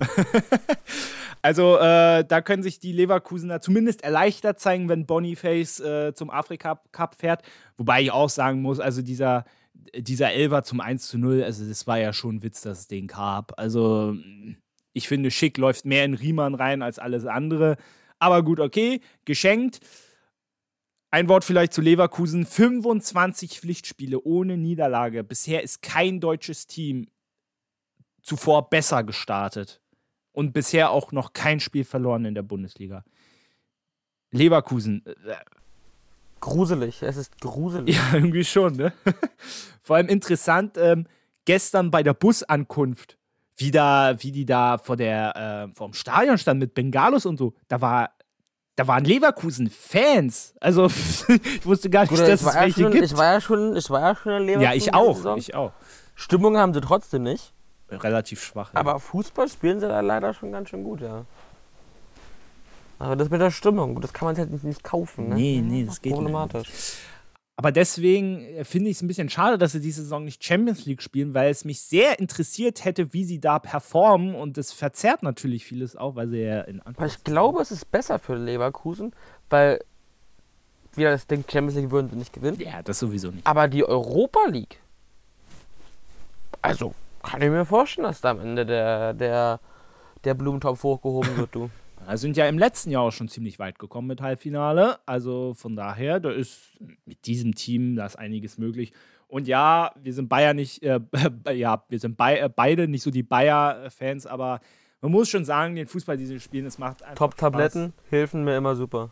Also äh, da können sich die Leverkusener zumindest erleichtert zeigen, wenn Boniface äh, zum Afrika-Cup fährt. Wobei ich auch sagen muss, also dieser, dieser Elfer zum eins zu null, also das war ja schon ein Witz, dass es den gab. Also ich finde, Schick läuft mehr in Riemann rein als alles andere. Aber gut, okay, geschenkt. Ein Wort vielleicht zu Leverkusen. fünfundzwanzig Pflichtspiele ohne Niederlage. Bisher ist kein deutsches Team zuvor besser gestartet. Und bisher auch noch kein Spiel verloren in der Bundesliga. Leverkusen. Äh, gruselig, es ist gruselig. Ja, irgendwie schon, ne? Vor allem interessant, ähm, gestern bei der Busankunft, wie, da, wie die da vor der, äh, vor dem Stadion standen mit Bengalos und so, da war Da waren Leverkusen-Fans. Also, ich wusste gar nicht, Gut, dass ich es war ja welche schon, gibt. Ich war ja schon, ich war ja schon in Leverkusen. Ja, ich auch. Saison. Ich auch. Stimmung haben sie trotzdem nicht. Relativ schwach. Ja. Aber Fußball spielen sie da leider schon ganz schön gut, ja. Aber das mit der Stimmung, das kann man halt nicht, nicht kaufen, ne? Nee, nee, das geht problematisch. nicht. Aber deswegen finde ich es ein bisschen schade, dass sie diese Saison nicht Champions League spielen, weil es mich sehr interessiert hätte, wie sie da performen. Und das verzerrt natürlich vieles auch, weil sie ja in Aber ich glaube, es ist besser für Leverkusen, weil wieder das Ding Champions League würden sie nicht gewinnen. Ja, das sowieso nicht. Aber die Europa League, also kann ich mir vorstellen, dass da am Ende der, der, der Blumentopf hochgehoben wird, du. Wir sind ja im letzten Jahr auch schon ziemlich weit gekommen mit Halbfinale. Also von daher, da ist mit diesem Team da ist einiges möglich. Und ja, wir sind Bayer nicht, äh, ja, wir sind Bay- äh, beide nicht so die Bayer-Fans, aber man muss schon sagen, den Fußball, den sie spielen, es macht einfach Top-Tabletten helfen mir immer super.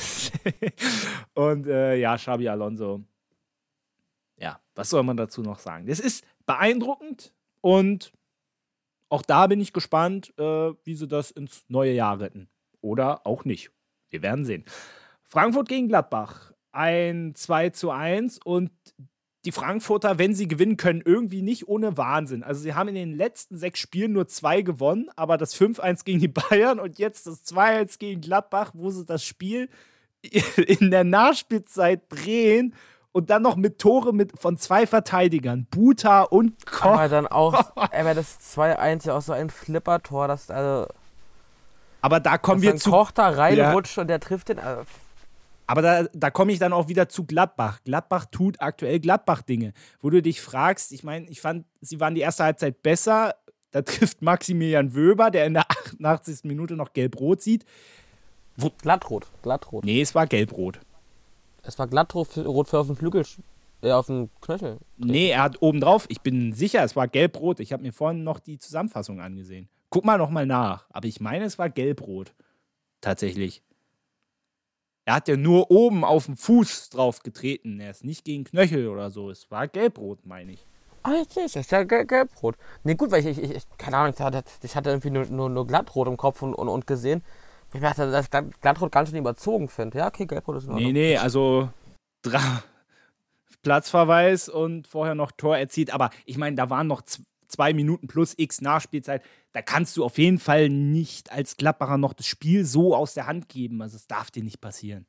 Und äh, ja, Xabi Alonso. Ja, was soll man dazu noch sagen? Das ist beeindruckend und auch da bin ich gespannt, äh, wie sie das ins neue Jahr retten. Oder auch nicht. Wir werden sehen. Frankfurt gegen Gladbach. Ein zwei zu eins und die Frankfurter, wenn sie gewinnen können, irgendwie nicht ohne Wahnsinn. Also sie haben in den letzten sechs Spielen nur zwei gewonnen, aber das fünf eins gegen die Bayern und jetzt das zwei eins gegen Gladbach, wo sie das Spiel in der Nachspielzeit drehen und dann noch mit Tore mit, von zwei Verteidigern, Buta und Koch. Aber dann auch, aber das zwei eins ja auch so ein Flippertor, das also. Aber da kommen wir zu. Koch da reinrutscht ja. und der trifft den. Also, aber da, da komme ich dann auch wieder zu Gladbach. Gladbach tut aktuell Gladbach-Dinge, wo du dich fragst, ich meine, ich fand, sie waren die erste Halbzeit besser. Da trifft Maximilian Wöber, der in der achtundachtzigsten Minute noch gelb-rot sieht. Wo, glattrot, glattrot. Nee, es war gelb-rot. Es war glattrot für, rot für auf dem Flügel, äh, auf dem Knöchel. Nee, er hat obendrauf, ich bin sicher, es war gelb-rot. Ich habe mir vorhin noch die Zusammenfassung angesehen. Guck mal nochmal nach. Aber ich meine, es war gelb-rot. Tatsächlich. Er hat ja nur oben auf dem Fuß drauf getreten. Er ist nicht gegen Knöchel oder so. Es war gelb-rot, meine ich. Ah, jetzt sehe ich es. Ja, gelb-rot. Nee, gut, weil ich, ich, ich keine Ahnung, ich hatte, ich hatte irgendwie nur, nur, nur glattrot im Kopf und, und, und gesehen. Ich dachte, dass ich glattrot ganz schön überzogen finde. Ja, okay, gelb-rot ist in Ordnung. Nee, nee, also Dra- Platzverweis und vorher noch Tor erzielt. Aber ich meine, da waren noch z- zwei Minuten plus X Nachspielzeit. Da kannst du auf jeden Fall nicht als Gladbacher noch das Spiel so aus der Hand geben. Also es darf dir nicht passieren.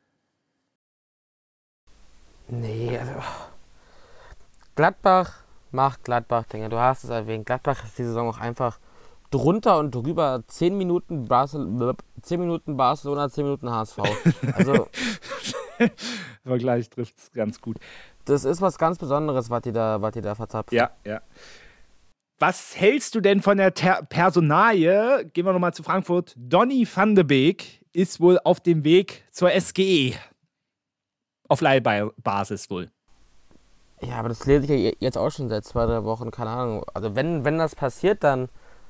Nee, also Gladbach macht Gladbach-Dinge. Du hast es erwähnt. Gladbach ist die Saison auch einfach drunter und drüber. zehn Minuten, Barcel- zehn Minuten Barcelona, zehn Minuten H S V. Also Vergleich trifft es ganz gut. Das ist was ganz Besonderes, was die da, was die da verzapfen. Ja, ja. Was hältst du denn von der Ter- Personalie? Gehen wir nochmal zu Frankfurt. Donny van de Beek ist wohl auf dem Weg zur S G E. Auf Leihbasis wohl. Ja, aber das lese ich ja jetzt auch schon seit zwei, drei Wochen, keine Ahnung. Also wenn, wenn das passiert, dann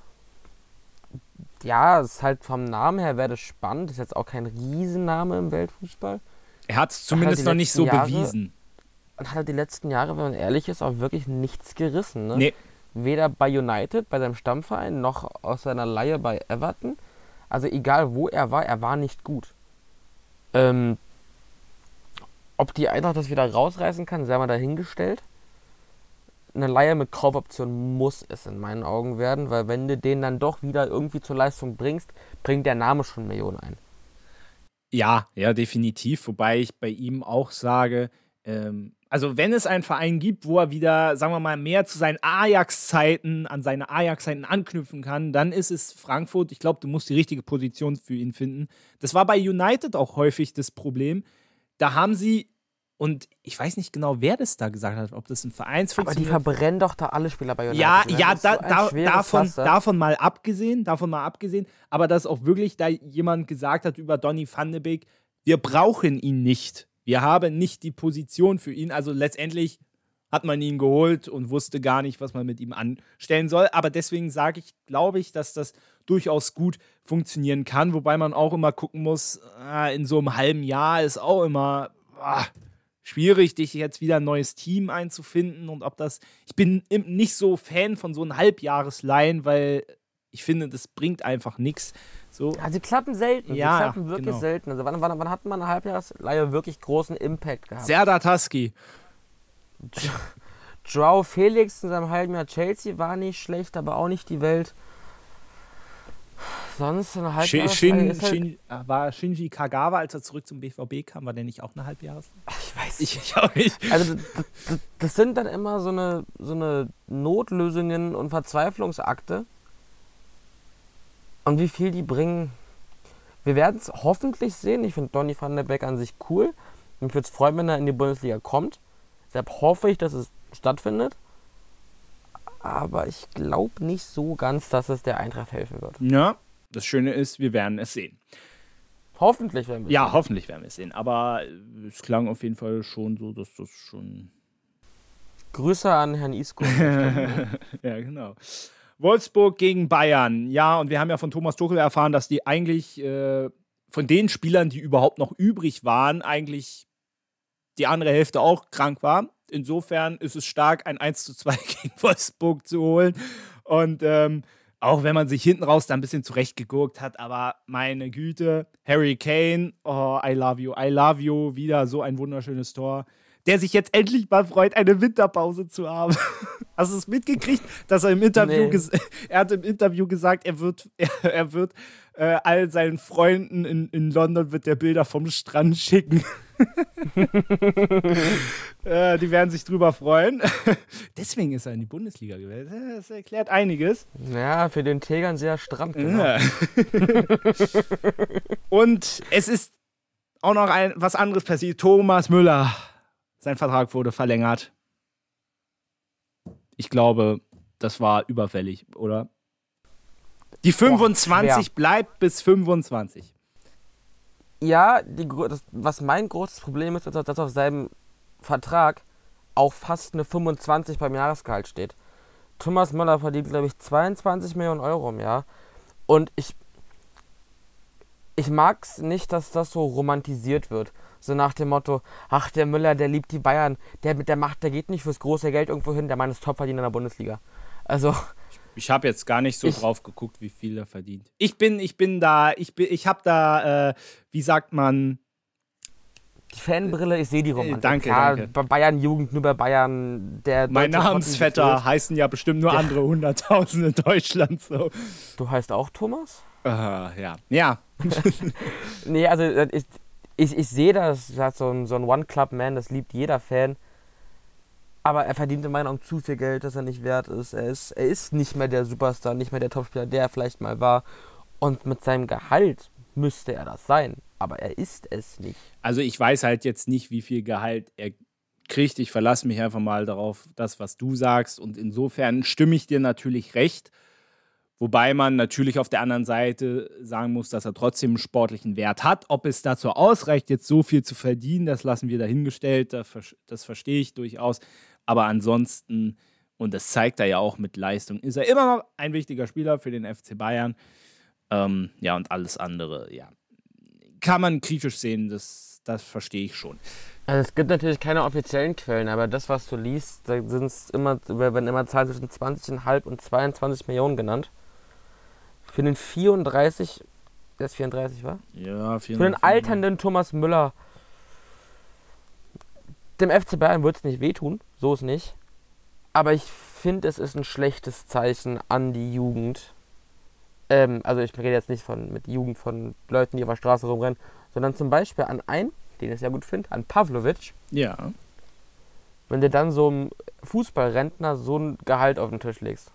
ja, es ist halt vom Namen her wäre das spannend. Ist jetzt auch kein Riesenname im Weltfußball. Er hat es zumindest halt noch nicht so Jahre, bewiesen. Und hat halt die letzten Jahre, wenn man ehrlich ist, auch wirklich nichts gerissen. Ne? Nee. Weder bei United, bei seinem Stammverein, noch aus seiner Leihe bei Everton. Also egal wo er war, er war nicht gut. Ähm, ob die Eintracht das wieder rausreißen kann, sei mal dahingestellt. Eine Leihe mit Kaufoption muss es in meinen Augen werden, weil wenn du den dann doch wieder irgendwie zur Leistung bringst, bringt der Name schon Millionen ein. Ja, ja, definitiv. Wobei ich bei ihm auch sage, ähm, also wenn es einen Verein gibt, wo er wieder, sagen wir mal, mehr zu seinen Ajax-Zeiten, an seine Ajax-Zeiten anknüpfen kann, dann ist es Frankfurt. Ich glaube, du musst die richtige Position für ihn finden. Das war bei United auch häufig das Problem. Da haben sie, und ich weiß nicht genau, wer das da gesagt hat, ob das ein Vereinsfunktion. Aber die verbrennen doch da alle Spieler bei United. Ja, ne? ja, da, so da, davon, davon mal abgesehen, davon mal abgesehen, aber dass auch wirklich da jemand gesagt hat über Donny van de Beek, wir brauchen ihn nicht. Wir haben nicht die Position für ihn. Also letztendlich hat man ihn geholt und wusste gar nicht, was man mit ihm anstellen soll. Aber deswegen sage ich, glaube ich, dass das durchaus gut funktionieren kann. Wobei man auch immer gucken muss, in so einem halben Jahr ist auch immer ah, schwierig, dich jetzt wieder ein neues Team einzufinden. Und ob das, ich bin nicht so Fan von so einem Halbjahresleihen, weil ich finde, das bringt einfach nichts. So. Ja, sie klappen selten. Ja, sie klappen wirklich genau. selten. Also wann, wann, wann hat man eine Halbjahresleihe wirklich großen Impact gehabt? Serdar Taski. Joao Felix in seinem halben Jahr Chelsea war nicht schlecht, aber auch nicht die Welt. Sonst eine Halbjahresleihe Shin, ist halt Shin, war Shinji Kagawa, als er zurück zum B V B kam, war der nicht auch eine Halbjahresleihe? Ich weiß ich, ich auch nicht. Also das, das, das sind dann immer so eine, so eine Notlösungen und Verzweiflungsakte. Und wie viel die bringen, wir werden es hoffentlich sehen. Ich finde Donny van der Beek an sich cool. Mich würde es freuen, wenn er in die Bundesliga kommt. Deshalb hoffe ich, dass es stattfindet. Aber ich glaube nicht so ganz, dass es der Eintracht helfen wird. Ja, das Schöne ist, wir werden es sehen. Hoffentlich werden wir es Ja, sehen. hoffentlich werden wir es sehen. Aber es klang auf jeden Fall schon so, dass das schon... Grüße an Herrn Isco. Ja, genau. Wolfsburg gegen Bayern. Ja, und wir haben ja von Thomas Tuchel erfahren, dass die eigentlich äh, von den Spielern, die überhaupt noch übrig waren, eigentlich die andere Hälfte auch krank war. Insofern ist es stark, ein eins zu zwei gegen Wolfsburg zu holen. Und ähm, auch wenn man sich hinten raus da ein bisschen zurechtgeguckt hat, aber meine Güte, Harry Kane, oh, I love you, I love you, wieder so ein wunderschönes Tor. der sich jetzt endlich mal freut, eine Winterpause zu haben. Hast du es mitgekriegt, dass er im Interview, Nee. ges- er hat im Interview gesagt, er wird, er, er wird äh, all seinen Freunden in, in London wird der Bilder vom Strand schicken. äh, die werden sich drüber freuen. Deswegen ist er in die Bundesliga gewählt. Das erklärt einiges. Ja, für den Tegernseer Strand. Genau. Ja. Und es ist auch noch ein, was anderes passiert. Thomas Müller, sein Vertrag wurde verlängert. Ich glaube, das war überfällig, oder? Die fünfundzwanzig schwer. bleibt bis fünfundzwanzig. Ja, die, gro- das, was mein großes Problem ist, ist, dass auf seinem Vertrag auch fast eine fünfundzwanzig beim Jahresgehalt steht. Thomas Müller verdient, glaube ich, zweiundzwanzig Millionen Euro im Jahr. Und ich, ich mag es nicht, dass das so romantisiert wird. So nach dem Motto, ach, der Müller, der liebt die Bayern, der, der, macht, der geht nicht fürs große Geld irgendwo hin, der Mann ist Topverdiener in der Bundesliga. Also, Ich habe jetzt gar nicht so Ich- drauf geguckt, wie viel er verdient. Ich bin, ich bin da, ich bin, ich habe da, äh, wie sagt man, die Fanbrille, ich sehe die Romantik. Äh, danke, ja, danke. Bei Bayern Jugend, nur bei Bayern, der mein deutsche Namensvetter Trottel heißen ja bestimmt nur Ja. andere hunderttausend in Deutschland. So. gefühlt. Du heißt auch Thomas? Äh, ja. Ja. Nee, also äh, ich, ich, ich sehe das, das hat so ein, so ein One-Club-Man, das liebt jeder Fan. Aber er verdient in meinen Augen zu viel Geld, dass er nicht wert ist. Er ist, er ist nicht mehr der Superstar, nicht mehr der Topspieler, der er vielleicht mal war. Und mit seinem Gehalt müsste er das sein. Aber er ist es nicht. Also ich weiß halt jetzt nicht, wie viel Gehalt er kriegt. Ich verlasse mich einfach mal darauf, das, was du sagst. Und insofern stimme ich dir natürlich recht. Wobei man natürlich auf der anderen Seite sagen muss, dass er trotzdem einen sportlichen Wert hat. Ob es dazu ausreicht, jetzt so viel zu verdienen, das lassen wir dahingestellt. Das, ver- das verstehe ich durchaus. Aber ansonsten, und das zeigt er ja auch mit Leistung, ist er immer noch ein wichtiger Spieler für den F C Bayern. Ähm, ja, und alles andere, ja, kann man kritisch sehen. Das, das verstehe ich schon. Also es gibt natürlich keine offiziellen Quellen, aber das, was du liest, da sind es immer, werden immer Zahlen zwischen zwanzig Komma fünf und zweiundzwanzig Millionen genannt. Für den vierunddreißig, der ist vierunddreißig, war? Ja, Für den alternden Thomas Müller. Dem F C Bayern wird es nicht wehtun, so ist nicht. Aber ich finde, es ist ein schlechtes Zeichen an die Jugend. Ähm, also ich rede jetzt nicht von mit Jugend von Leuten, die auf der Straße rumrennen, sondern zum Beispiel an einen, den ich sehr gut finde, an Pavlovic. Ja. Wenn du dann so einem Fußballrentner so ein Gehalt auf den Tisch legst.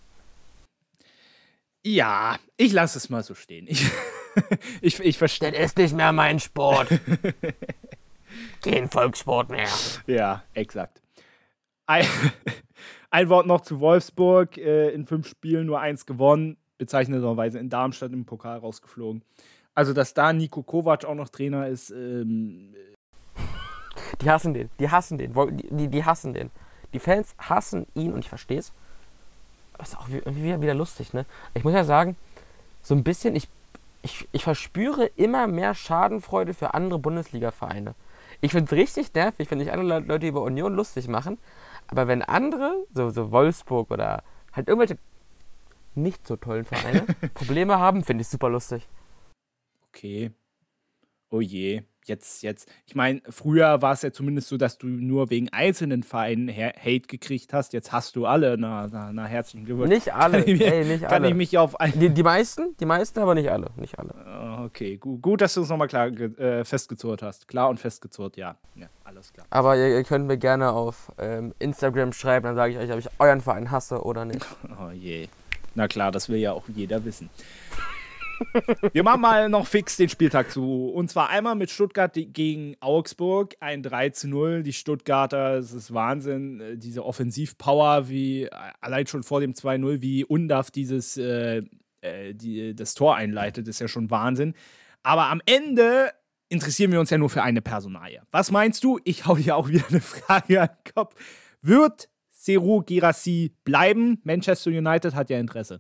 Ja, ich lasse es mal so stehen. Ich, ich, ich verstehe. Das ist nicht mehr mein Sport. Kein Volkssport mehr. Ja, exakt. Ein, ein Wort noch zu Wolfsburg. Äh, in fünf Spielen nur eins gewonnen. Bezeichnenderweise in Darmstadt im Pokal rausgeflogen. Also, dass da Niko Kovac auch noch Trainer ist, ähm, Die hassen den, die hassen den, Woll- die, die, die hassen den. Die Fans hassen ihn und ich verstehe es. Aber ist auch irgendwie wieder, wieder lustig, ne? Ich muss ja sagen, so ein bisschen, ich, ich, ich verspüre immer mehr Schadenfreude für andere Bundesliga-Vereine. Ich finde es richtig nervig, wenn sich andere Le- Leute über Union lustig machen. Aber wenn andere, so, so Wolfsburg oder halt irgendwelche nicht so tollen Vereine, Probleme haben, finde ich super lustig. okay. Oh je. Jetzt, jetzt. Ich meine, früher war es ja zumindest so, dass du nur wegen einzelnen Vereinen Ha- Hate gekriegt hast. Jetzt hast du alle. Na, na, na herzlichen Glückwunsch. Nicht alle, Kann ich mir- ey, nicht Kann alle. ich mich auf ein. Die, die meisten, die meisten, aber nicht alle, nicht alle. Ah, Okay, gut, gut, dass du es nochmal klar ge- äh, festgezurrt hast. Klar und festgezurrt, ja. Ja, alles klar. Aber ihr, ihr könnt mir gerne auf ähm, Instagram schreiben, dann sage ich euch, ob ich euren Verein hasse oder nicht. Oh je. Na klar, das will ja auch jeder wissen. Wir machen mal noch fix den Spieltag zu. Und zwar einmal mit Stuttgart die- gegen Augsburg. Ein drei zu null. Die Stuttgarter, es ist Wahnsinn. äh, Diese Offensivpower, wie äh, allein schon vor dem zwei null, wie Undav dieses äh, äh, die, das Tor einleitet, ist ja schon Wahnsinn. Aber am Ende interessieren wir uns ja nur für eine Personalie. Was meinst du? Ich hau dir auch wieder eine Frage an den Kopf. Wird Serhou Guirassy bleiben? Manchester United hat ja Interesse.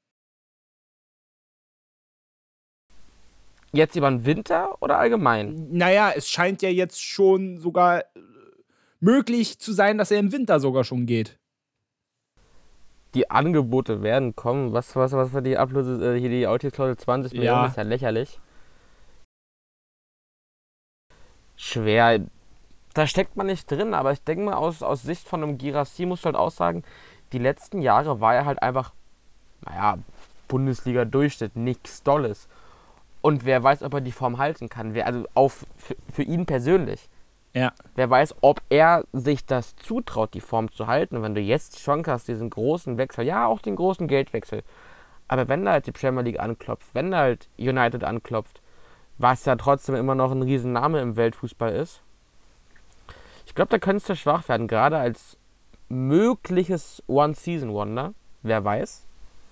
Jetzt über den Winter oder allgemein? Naja, es scheint ja jetzt schon sogar äh, möglich zu sein, dass er im Winter sogar schon geht. Die Angebote werden kommen. Was, was, was für die Ablöse, äh, hier die Ausstiegsklausel zwanzig Ja. Millionen, ist ja lächerlich. Schwer. da steckt man nicht drin, aber ich denke mal, aus, aus Sicht von einem Guirassy musst du halt auch sagen, die letzten Jahre war er halt einfach, naja, Bundesliga-Durchschnitt, nichts Dolles. Und wer weiß, ob er die Form halten kann. Wer, also auf, für, für ihn persönlich. Ja. Wer weiß, ob er sich das zutraut, die Form zu halten. Und wenn du jetzt die Chance hast, diesen großen Wechsel, ja, auch den großen Geldwechsel, aber wenn da halt die Premier League anklopft, wenn da halt United anklopft, was ja trotzdem immer noch ein Riesenname im Weltfußball ist, ich glaube, da könntest du schwach werden, gerade als mögliches One-Season-Wonder. Wer weiß.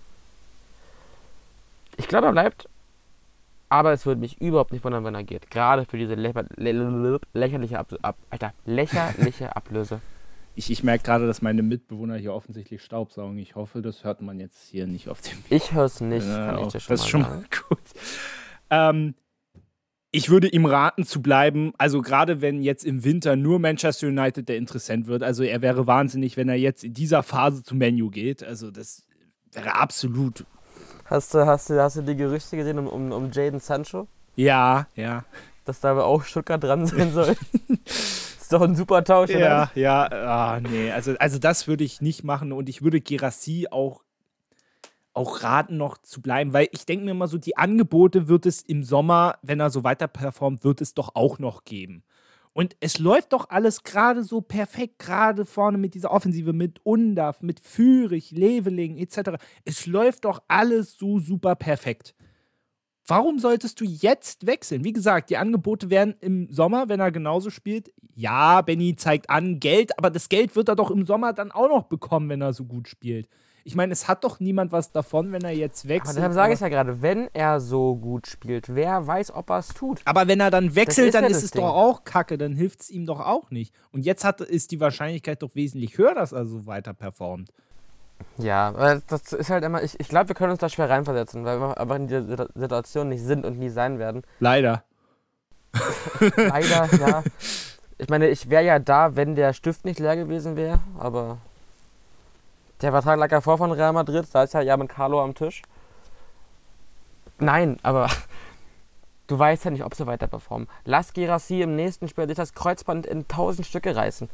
Ich glaube, er bleibt, aber es würde mich überhaupt nicht wundern, wenn er geht. Gerade für diese lä lä lächerliche, Ab Ab Alter, lächerliche Ablöse. Ich, ich merke gerade, dass meine Mitbewohner hier offensichtlich Staubsaugen. Ich hoffe, das hört man jetzt hier nicht auf dem Video. Ich höre es nicht, äh, kann ich dir schon das mal ist schon sagen. mal gut. Ähm, ich würde ihm raten zu bleiben, also gerade wenn jetzt im Winter nur Manchester United der Interessent wird, also er wäre wahnsinnig, wenn er jetzt in dieser Phase zu Man U geht, also das wäre absolut... Hast du, hast du, hast du die Gerüchte gesehen um, um, um Jadon Sancho? Ja, ja. Dass da aber auch Stuttgart dran sein soll? Ist doch ein super Tausch, oder? Ja, ja, ah, nee, also, also das würde ich nicht machen und ich würde Guirassy auch, auch raten, noch zu bleiben, weil ich denke mir immer so, die Angebote wird es im Sommer, wenn er so weiter performt, wird es doch auch noch geben. Und es läuft doch alles gerade so perfekt, gerade vorne mit dieser Offensive, mit Undav, mit Fürich, Leveling et cetera. Es läuft doch alles so super perfekt. Warum solltest du jetzt wechseln? Wie gesagt, die Angebote werden im Sommer, wenn er genauso spielt. Ja, Benny zeigt an, Geld, aber das Geld wird er doch im Sommer dann auch noch bekommen, wenn er so gut spielt. Ich meine, es hat doch niemand was davon, wenn er jetzt wechselt. Aber deshalb sage ich ja gerade, wenn er so gut spielt, wer weiß, ob er es tut. Aber wenn er dann wechselt, ist dann ja ist das es Ding. doch auch kacke, dann hilft es ihm doch auch nicht. Und jetzt hat, ist die Wahrscheinlichkeit doch wesentlich höher, dass er so weiter performt. Ja, weil das ist halt immer, ich, ich glaube, wir können uns da schwer reinversetzen, weil wir einfach in dieser Situation nicht sind und nie sein werden. Leider. Leider, ja. Ich meine, ich wäre ja da, wenn der Stift nicht leer gewesen wäre, aber der Vertrag lag ja vor von Real Madrid, da ist ja ja mit Carlo am Tisch. Nein, aber du weißt ja nicht, ob sie weiter performen. Lass Guirassy im nächsten Spiel sich das Kreuzband in tausend Stücke reißen.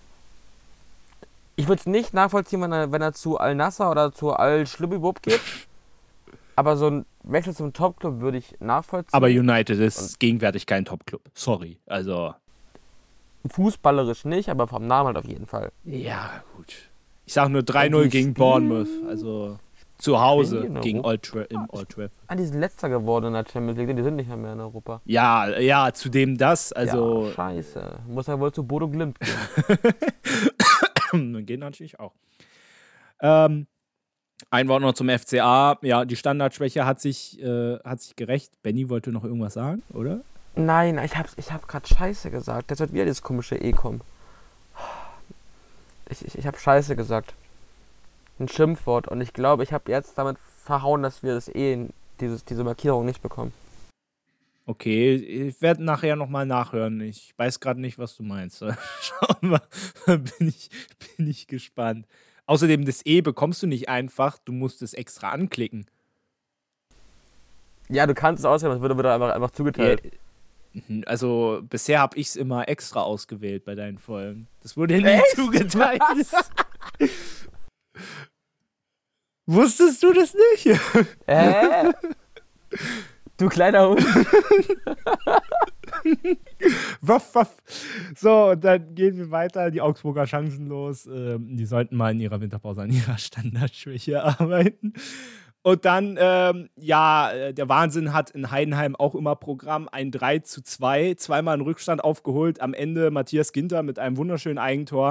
Ich würde es nicht nachvollziehen, wenn er, wenn er zu Al-Nassr oder zu Al-Schlübbibub geht. Aber so ein Wechsel zum Topclub würde ich nachvollziehen. Aber United ist gegenwärtig kein Topclub. Sorry. Also. Fußballerisch nicht, aber vom Namen halt auf jeden Fall. Ja, gut. Ich sage nur drei null gegen Bournemouth. Also zu Hause gegen Old Tra im Old Trafford. Ah, die sind letzter geworden in der Champions League. Die sind nicht mehr, mehr in Europa. Ja, ja, zudem das. Also. Ja, scheiße. Muss er wohl zu Bodo Glimt gehen. Geht natürlich auch. Ähm, ein Wort noch zum F C A. Ja, die Standardschwäche hat sich, äh, hat sich gerecht. Benny wollte noch irgendwas sagen, oder? Nein, ich hab, ich hab grad Scheiße gesagt. Jetzt wird wieder dieses komische E kommen. Ich, ich, ich hab Scheiße gesagt. Ein Schimpfwort. Und ich glaube, ich habe jetzt damit verhauen, dass wir das E, dieses, diese Markierung nicht bekommen. Okay, ich werde nachher nochmal nachhören. Ich weiß gerade nicht, was du meinst. Schauen wir mal, bin ich, bin ich gespannt. Außerdem, das E bekommst du nicht einfach, du musst es extra anklicken. Ja, du kannst es auswählen, das wird wieder einfach, einfach zugeteilt. Ja, also, bisher habe ich es immer extra ausgewählt bei deinen Folgen. Das wurde nie Echt? zugeteilt. Wusstest du das nicht? Äh? Du kleiner Hund. Waff, waff. So, und dann gehen wir weiter. Die Augsburger chancenlos. Ähm, die sollten mal in ihrer Winterpause an ihrer Standardschwäche arbeiten. Und dann, ähm, ja, der Wahnsinn hat in Heidenheim auch immer Programm. Ein drei zu zwei, zweimal einen Rückstand aufgeholt. Am Ende Matthias Ginter mit einem wunderschönen Eigentor.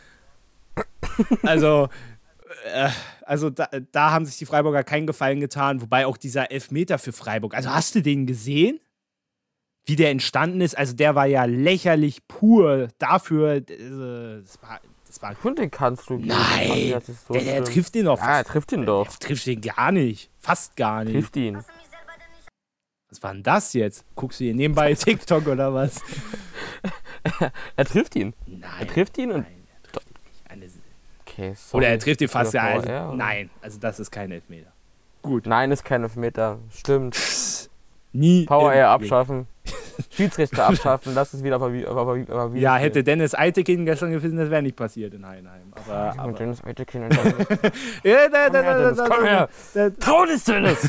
Also, äh, also da, da haben sich die Freiburger keinen Gefallen getan. Wobei auch dieser Elfmeter für Freiburg. Also, hast du den gesehen? Wie der entstanden ist? Also, der war ja lächerlich pur dafür. Äh, das war. Das war Und den kannst du. Nein, das ist so der, der schlimm. trifft ihn doch. Ja, er trifft ihn doch. Der trifft ihn gar nicht. Fast gar nicht. Trifft ihn. Was war denn das jetzt? Guckst du hier nebenbei TikTok oder was? Er trifft ihn. Nein. Er trifft ihn und. Nein, er trifft ihn nicht. Eine, Okay, sorry. oder er trifft ihn fast ja. Also, ja oder? nein, also das ist kein Elfmeter. Gut. Nein, ist kein Elfmeter. Stimmt. Nie. Power im Air Leben. abschaffen. Schiedsrichter abschaffen, lass es wieder aber wie, aber wie, aber wie Ja, hätte Dennis Eitekin gestern gewissen, das wäre nicht passiert in Heidenheim. Aber, aber Dennis Eitekin und Dennis. ja, da, da, Komm her, da, Dennis, da, komm her. da, Trau dich, Dennis!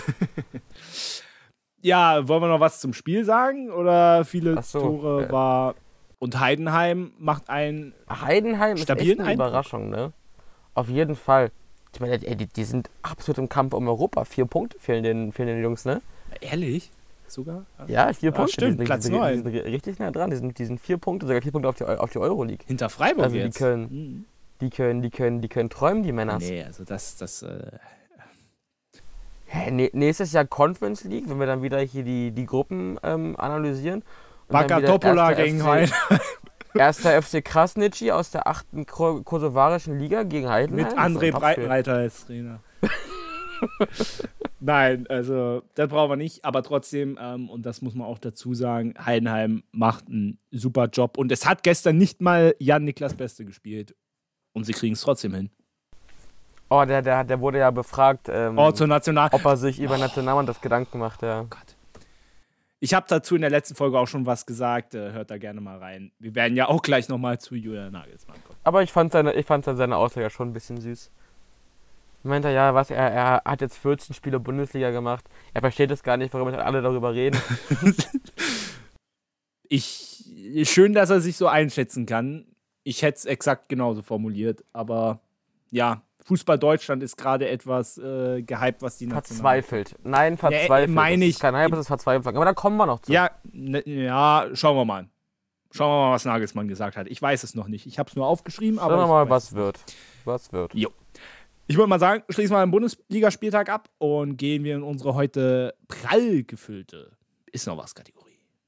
Ja, wollen wir noch was zum Spiel sagen? Oder viele Ach so, Tore äh. war. Und Heidenheim macht einen. Heidenheim ist Stabilen echt eine Eindruck. Überraschung, ne? Auf jeden Fall. Ich meine, ey, die, die sind absolut im Kampf um Europa. Vier Punkte fehlen den, fehlen den Jungs, ne? Ehrlich? Sogar? Ja, vier Ah, Punkte. stimmt, die sind, Platz die, sind, die neun. sind richtig nah dran. Die sind, die sind vier Punkte, sogar vier Punkte auf die, auf die Euroleague. Hinter Freiburg Also die jetzt. können, Mhm. die können, die können, die können träumen, die Männer. Nee, also das, das, äh, Hä, nä- nächstes Jahr Conference League, wenn wir dann wieder hier die, die Gruppen ähm, analysieren. Und dann Wacker wieder Topola erster gegen F C Heidenheim. Erster F C Krasnitschi aus der achten Ko- kosovarischen Liga gegen Heidenheim. Mit Das ist André ein Topspiel. Breitenreiter als Trainer. Nein, also das brauchen wir nicht, aber trotzdem, ähm, und das muss man auch dazu sagen, Heidenheim macht einen super Job und es hat gestern nicht mal Jan-Niklas Beste gespielt und sie kriegen es trotzdem hin. Oh, der, der, der wurde ja befragt, ähm, Oh, zur National... ob er sich über Nationalmannschaft Gedanken macht. Ja. Oh Gott. Ich habe dazu in der letzten Folge auch schon was gesagt, äh, hört da gerne mal rein. Wir werden ja auch gleich nochmal zu Julian Nagelsmann kommen. Aber ich fand seine, ich fand seine Aussage schon ein bisschen süß. Meint er, ja, was, er, er hat jetzt vierzehn Spiele Bundesliga gemacht. Er versteht es gar nicht, warum jetzt alle darüber reden. Ich, schön, dass er sich so einschätzen kann. Ich hätte es exakt genauso formuliert, aber ja, Fußball Deutschland ist gerade etwas äh, gehypt, was die National... Verzweifelt. Nein, verzweifelt. Nee, meine Das ich- ist kein Hype, das ist Verzweiflung. Aber da kommen wir noch zu. Ja, ne, ja, schauen wir mal. Schauen wir mal, was Nagelsmann gesagt hat. Ich weiß es noch nicht. Ich habe es nur aufgeschrieben, aber Schauen wir ich mal, weiß was es wird. Was wird. Jo. Ich würde mal sagen, schließen wir den Bundesligaspieltag ab und gehen wir in unsere heute prall gefüllte Ist noch was Kategorie.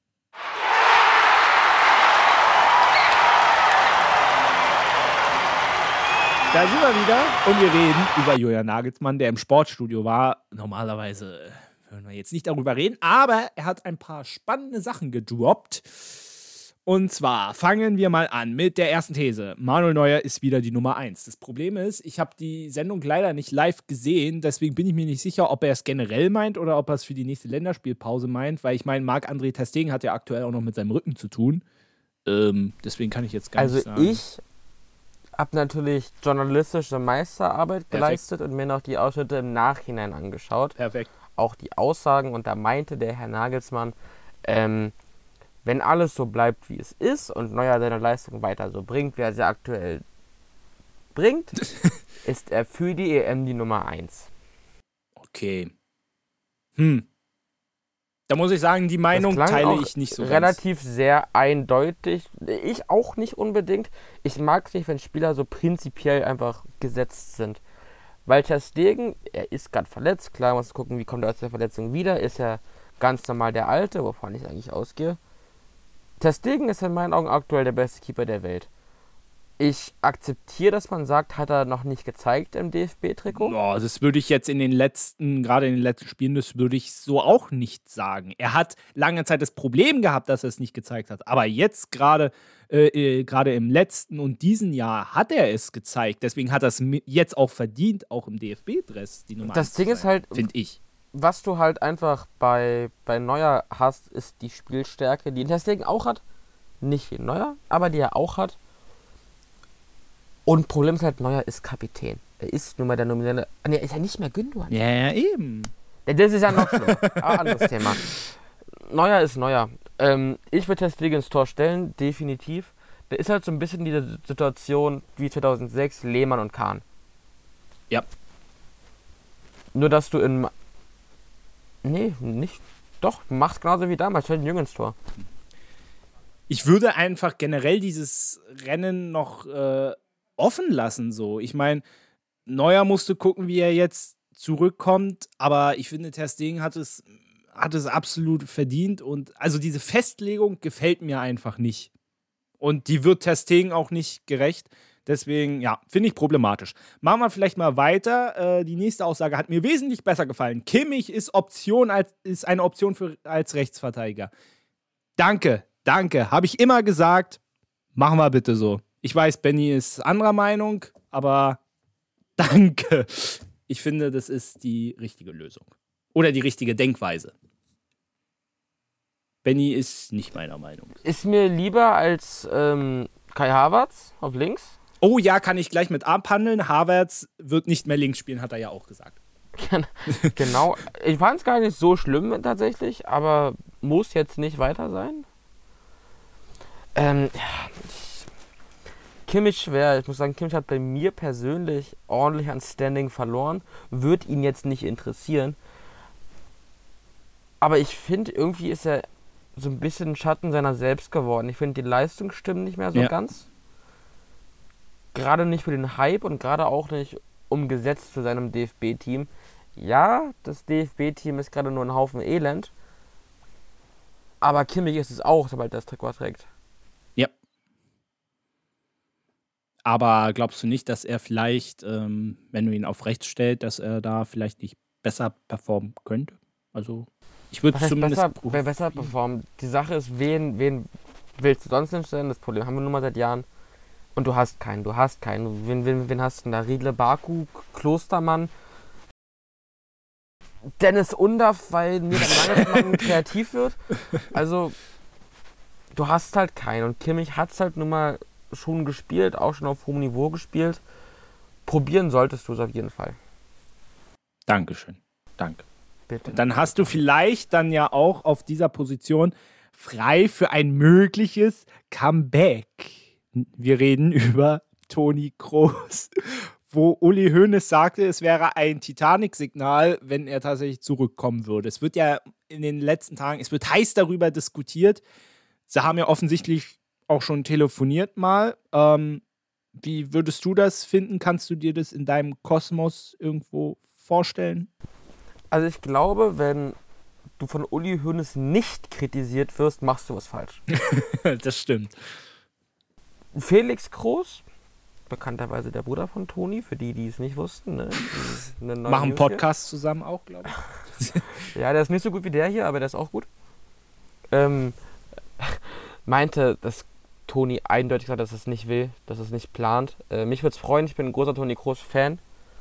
Da sind wir wieder und wir reden über Julian Nagelsmann, der im Sportstudio war. Normalerweise würden wir jetzt nicht darüber reden, aber er hat ein paar spannende Sachen gedroppt. Und zwar fangen wir mal an mit der ersten These. Manuel Neuer ist wieder die Nummer eins. Das Problem ist, ich habe die Sendung leider nicht live gesehen, deswegen bin ich mir nicht sicher, ob er es generell meint oder ob er es für die nächste Länderspielpause meint, weil ich meine, Marc-André ter Stegen hat ja aktuell auch noch mit seinem Rücken zu tun. Ähm, deswegen kann ich jetzt gar Also nicht sagen. ich habe natürlich journalistische Meisterarbeit geleistet und mir noch die Ausschnitte im Nachhinein angeschaut. Perfekt. Auch die Aussagen, und da meinte der Herr Nagelsmann, ähm, wenn alles so bleibt, wie es ist und Neuer seine Leistung weiter so bringt, wie er sie aktuell bringt, ist er für die E M die Nummer eins. Okay. Hm. Da muss ich sagen, die Meinung Das klang teile auch ich nicht so relativ sehr eindeutig. Ich auch nicht unbedingt. Ich mag es nicht, wenn Spieler so prinzipiell einfach gesetzt sind. Weil ter Stegen, er ist gerade verletzt. Klar, man muss gucken, wie kommt er aus der Verletzung wieder. Ist er ganz normal der Alte, wovon ich eigentlich ausgehe. Ter Stegen ist in meinen Augen aktuell der beste Keeper der Welt. Ich akzeptiere, dass man sagt, hat er noch nicht gezeigt im D F B-Trikot. Boah, das würde ich jetzt in den letzten, gerade in den letzten Spielen, das würde ich so auch nicht sagen. Er hat lange Zeit das Problem gehabt, dass er es nicht gezeigt hat. Aber jetzt gerade, äh, äh, gerade im letzten und diesen Jahr hat er es gezeigt. Deswegen hat er es mi- jetzt auch verdient, auch im D F B-Dress die Nummer Das eins Ding zu ist sein, halt- finde ich. Was du halt einfach bei, bei Neuer hast, ist die Spielstärke, die ter Stegen auch hat. Nicht wie Neuer, aber die er auch hat. Und Problem ist halt, Neuer ist Kapitän. Er ist nun mal der nominelle. Ne, er ist ja nicht mehr Gündogan. Ja, ja, eben. Ja, das ist ja noch schlimmer. Aber anderes Thema. Neuer ist Neuer. Ähm, ich würde ter Stegen ins Tor stellen, definitiv. Der ist halt so ein bisschen die Situation wie zweitausendsechs, Lehmann und Kahn. Ja. Nur, dass du in. Nee, nicht. Doch, du machst genauso wie damals, stell den Jungen ins Tor. Ich würde einfach generell dieses Rennen noch äh, offen lassen. So. Ich meine, Neuer musste gucken, wie er jetzt zurückkommt, aber ich finde, ter Stegen hat es, hat es absolut verdient und also diese Festlegung gefällt mir einfach nicht. Und die wird ter Stegen auch nicht gerecht. Deswegen, ja, finde ich problematisch. Machen wir vielleicht mal weiter. Äh, die nächste Aussage hat mir wesentlich besser gefallen. Kimmich ist, Option als, ist eine Option für, als Rechtsverteidiger. Danke, danke. Habe ich immer gesagt. Machen wir bitte so. Ich weiß, Benny ist anderer Meinung, aber danke. Ich finde, das ist die richtige Lösung. Oder die richtige Denkweise. Benny ist nicht meiner Meinung. Ist mir lieber als ähm, Kai Havertz auf links. Oh ja, kann ich gleich mit abhandeln. Havertz wird nicht mehr links spielen, hat er ja auch gesagt. Genau. Ich fand es gar nicht so schlimm tatsächlich, aber muss jetzt nicht weiter sein. Ähm, ja, ich, Kimmich schwer. Ich muss sagen, Kimmich hat bei mir persönlich ordentlich an Standing verloren. Wird ihn jetzt nicht interessieren. Aber ich finde, irgendwie ist er so ein bisschen Schatten seiner selbst geworden. Ich finde, die Leistung stimmt nicht mehr so Ja. ganz. Gerade nicht für den Hype und gerade auch nicht umgesetzt zu seinem D F B-Team. Ja, das D F B-Team ist gerade nur ein Haufen Elend. Aber Kimmich ist es auch, sobald er das Trikot trägt. Ja. Aber glaubst du nicht, dass er vielleicht, ähm, wenn du ihn auf rechts stellst, dass er da vielleicht nicht besser performen könnte? Also, ich würde Was heißt zumindest besser, wer besser performen? Die Sache ist, wen, wen willst du sonst hinstellen? Das Problem haben wir nun mal seit Jahren. Und du hast keinen, du hast keinen. Wen, wen, wen hast du denn da? Riedle Baku, Klostermann, Dennis Undaff, weil mir der Nagelsmann kreativ wird. Also, du hast halt keinen. Und Kimmich hat es halt nun mal schon gespielt, auch schon auf hohem Niveau gespielt. Probieren solltest du es auf jeden Fall. Dankeschön. Danke. Bitte. Dann hast du vielleicht dann ja auch auf dieser Position frei für ein mögliches Comeback. Wir reden über Toni Kroos, wo Uli Hoeneß sagte, es wäre ein Titanic-Signal, wenn er tatsächlich zurückkommen würde. Es wird ja in den letzten Tagen, es wird heiß darüber diskutiert. Sie haben ja offensichtlich auch schon telefoniert mal. Ähm, wie würdest du das finden? Kannst du dir das in deinem Kosmos irgendwo vorstellen? Also ich glaube, wenn du von Uli Hoeneß nicht kritisiert wirst, machst du was falsch. Das stimmt. Felix Kroos, bekannterweise der Bruder von Toni, für die, die es nicht wussten. Ne? Machen Podcast zusammen auch, glaube ich. Ja, der ist nicht so gut wie der hier, aber der ist auch gut. Ähm, meinte, dass Toni eindeutig sagt, dass er es nicht will, dass er es nicht plant. Äh, mich würde es freuen, ich bin ein großer Toni Kroos-Fan.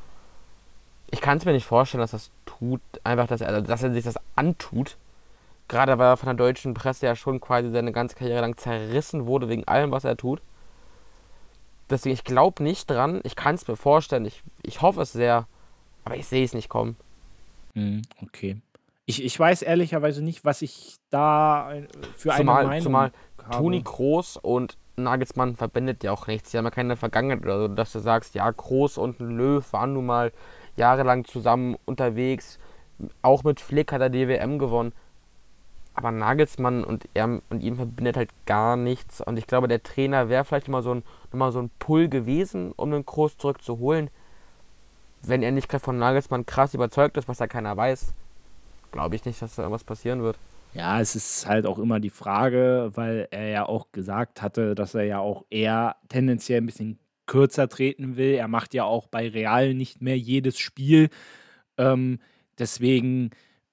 Ich kann es mir nicht vorstellen, dass er das tut, einfach, dass er, dass er sich das antut. Gerade weil er von der deutschen Presse ja schon quasi seine ganze Karriere lang zerrissen wurde wegen allem, was er tut. Deswegen, ich glaube nicht dran. Ich kann es mir vorstellen. Ich, ich hoffe es sehr. Aber ich sehe es nicht kommen. Okay. Ich, ich weiß ehrlicherweise nicht, was ich da für zumal, eine Meinung zumal habe. Toni Kroos und Nagelsmann verbindet ja auch nichts. Die haben ja keine Vergangenheit oder so, dass du sagst, ja, Kroos und ein Löw waren nun mal jahrelang zusammen unterwegs. Auch mit Flick hat er die W M gewonnen. Aber Nagelsmann und er und ihm verbindet halt gar nichts. Und ich glaube, der Trainer wäre vielleicht immer so ein, immer so ein Pull gewesen, um den Kroos zurückzuholen. Wenn er nicht von Nagelsmann krass überzeugt ist, was da keiner weiß, glaube ich nicht, dass da irgendwas passieren wird. Ja, es ist halt auch immer die Frage, weil er ja auch gesagt hatte, dass er ja auch eher tendenziell ein bisschen kürzer treten will. Er macht ja auch bei Real nicht mehr jedes Spiel. Ähm, deswegen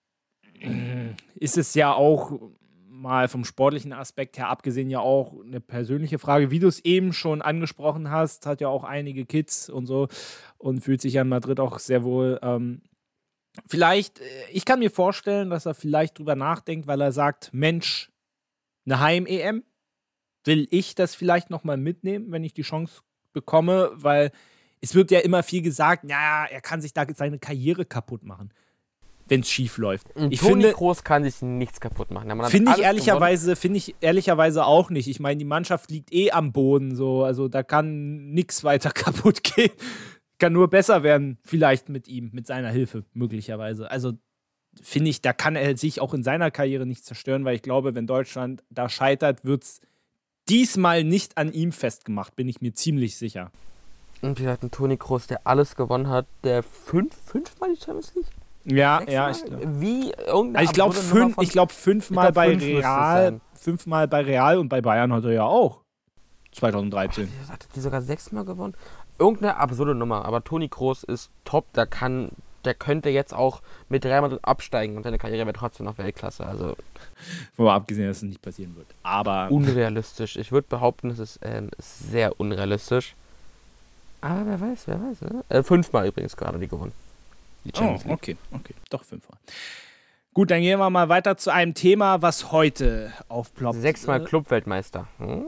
ist es ja auch mal vom sportlichen Aspekt her abgesehen ja auch eine persönliche Frage. Wie du es eben schon angesprochen hast, hat ja auch einige Kids und so und fühlt sich ja in Madrid auch sehr wohl. Ähm, vielleicht, ich kann mir vorstellen, dass er vielleicht drüber nachdenkt, weil er sagt, Mensch, eine Heim-E M, will ich das vielleicht nochmal mitnehmen, wenn ich die Chance bekomme, weil es wird ja immer viel gesagt, naja, er kann sich da seine Karriere kaputt machen, wenn es schief läuft. Ich Toni finde, Kroos kann sich nichts kaputt machen. Finde ich ehrlicherweise, finde ich ehrlicherweise auch nicht. Ich meine, die Mannschaft liegt eh am Boden, so, also da kann nichts weiter kaputt gehen. Kann nur besser werden, vielleicht mit ihm, mit seiner Hilfe, möglicherweise. Also finde ich, da kann er sich auch in seiner Karriere nicht zerstören, weil ich glaube, wenn Deutschland da scheitert, wird es diesmal nicht an ihm festgemacht, bin ich mir ziemlich sicher. Und wie gesagt, ein Toni Kroos, der alles gewonnen hat, der fünf, fünfmal die Champions League? Ja, Sechsmal? ja. Ich, Wie irgendeine also ich glaube fünf, von, ich glaub, fünfmal ich glaub, bei fünf Real, fünfmal bei Real und bei Bayern hat er ja auch. zwanzig dreizehn. Oh, hat die sogar sechsmal gewonnen? Irgendeine absurde Nummer, aber Toni Kroos ist top, der kann, der könnte jetzt auch mit Real Madrid absteigen und seine Karriere wäre trotzdem noch Weltklasse. Also wo abgesehen, dass es nicht passieren wird. Aber unrealistisch. Ich würde behaupten, es ist ähm, sehr unrealistisch. Aber wer weiß, wer weiß. Ne? Äh, fünfmal übrigens gerade die gewonnen. Die oh, okay, okay, doch fünfmal. Gut, dann gehen wir mal weiter zu einem Thema, was heute aufploppt. Sechsmal Clubweltmeister. Hm?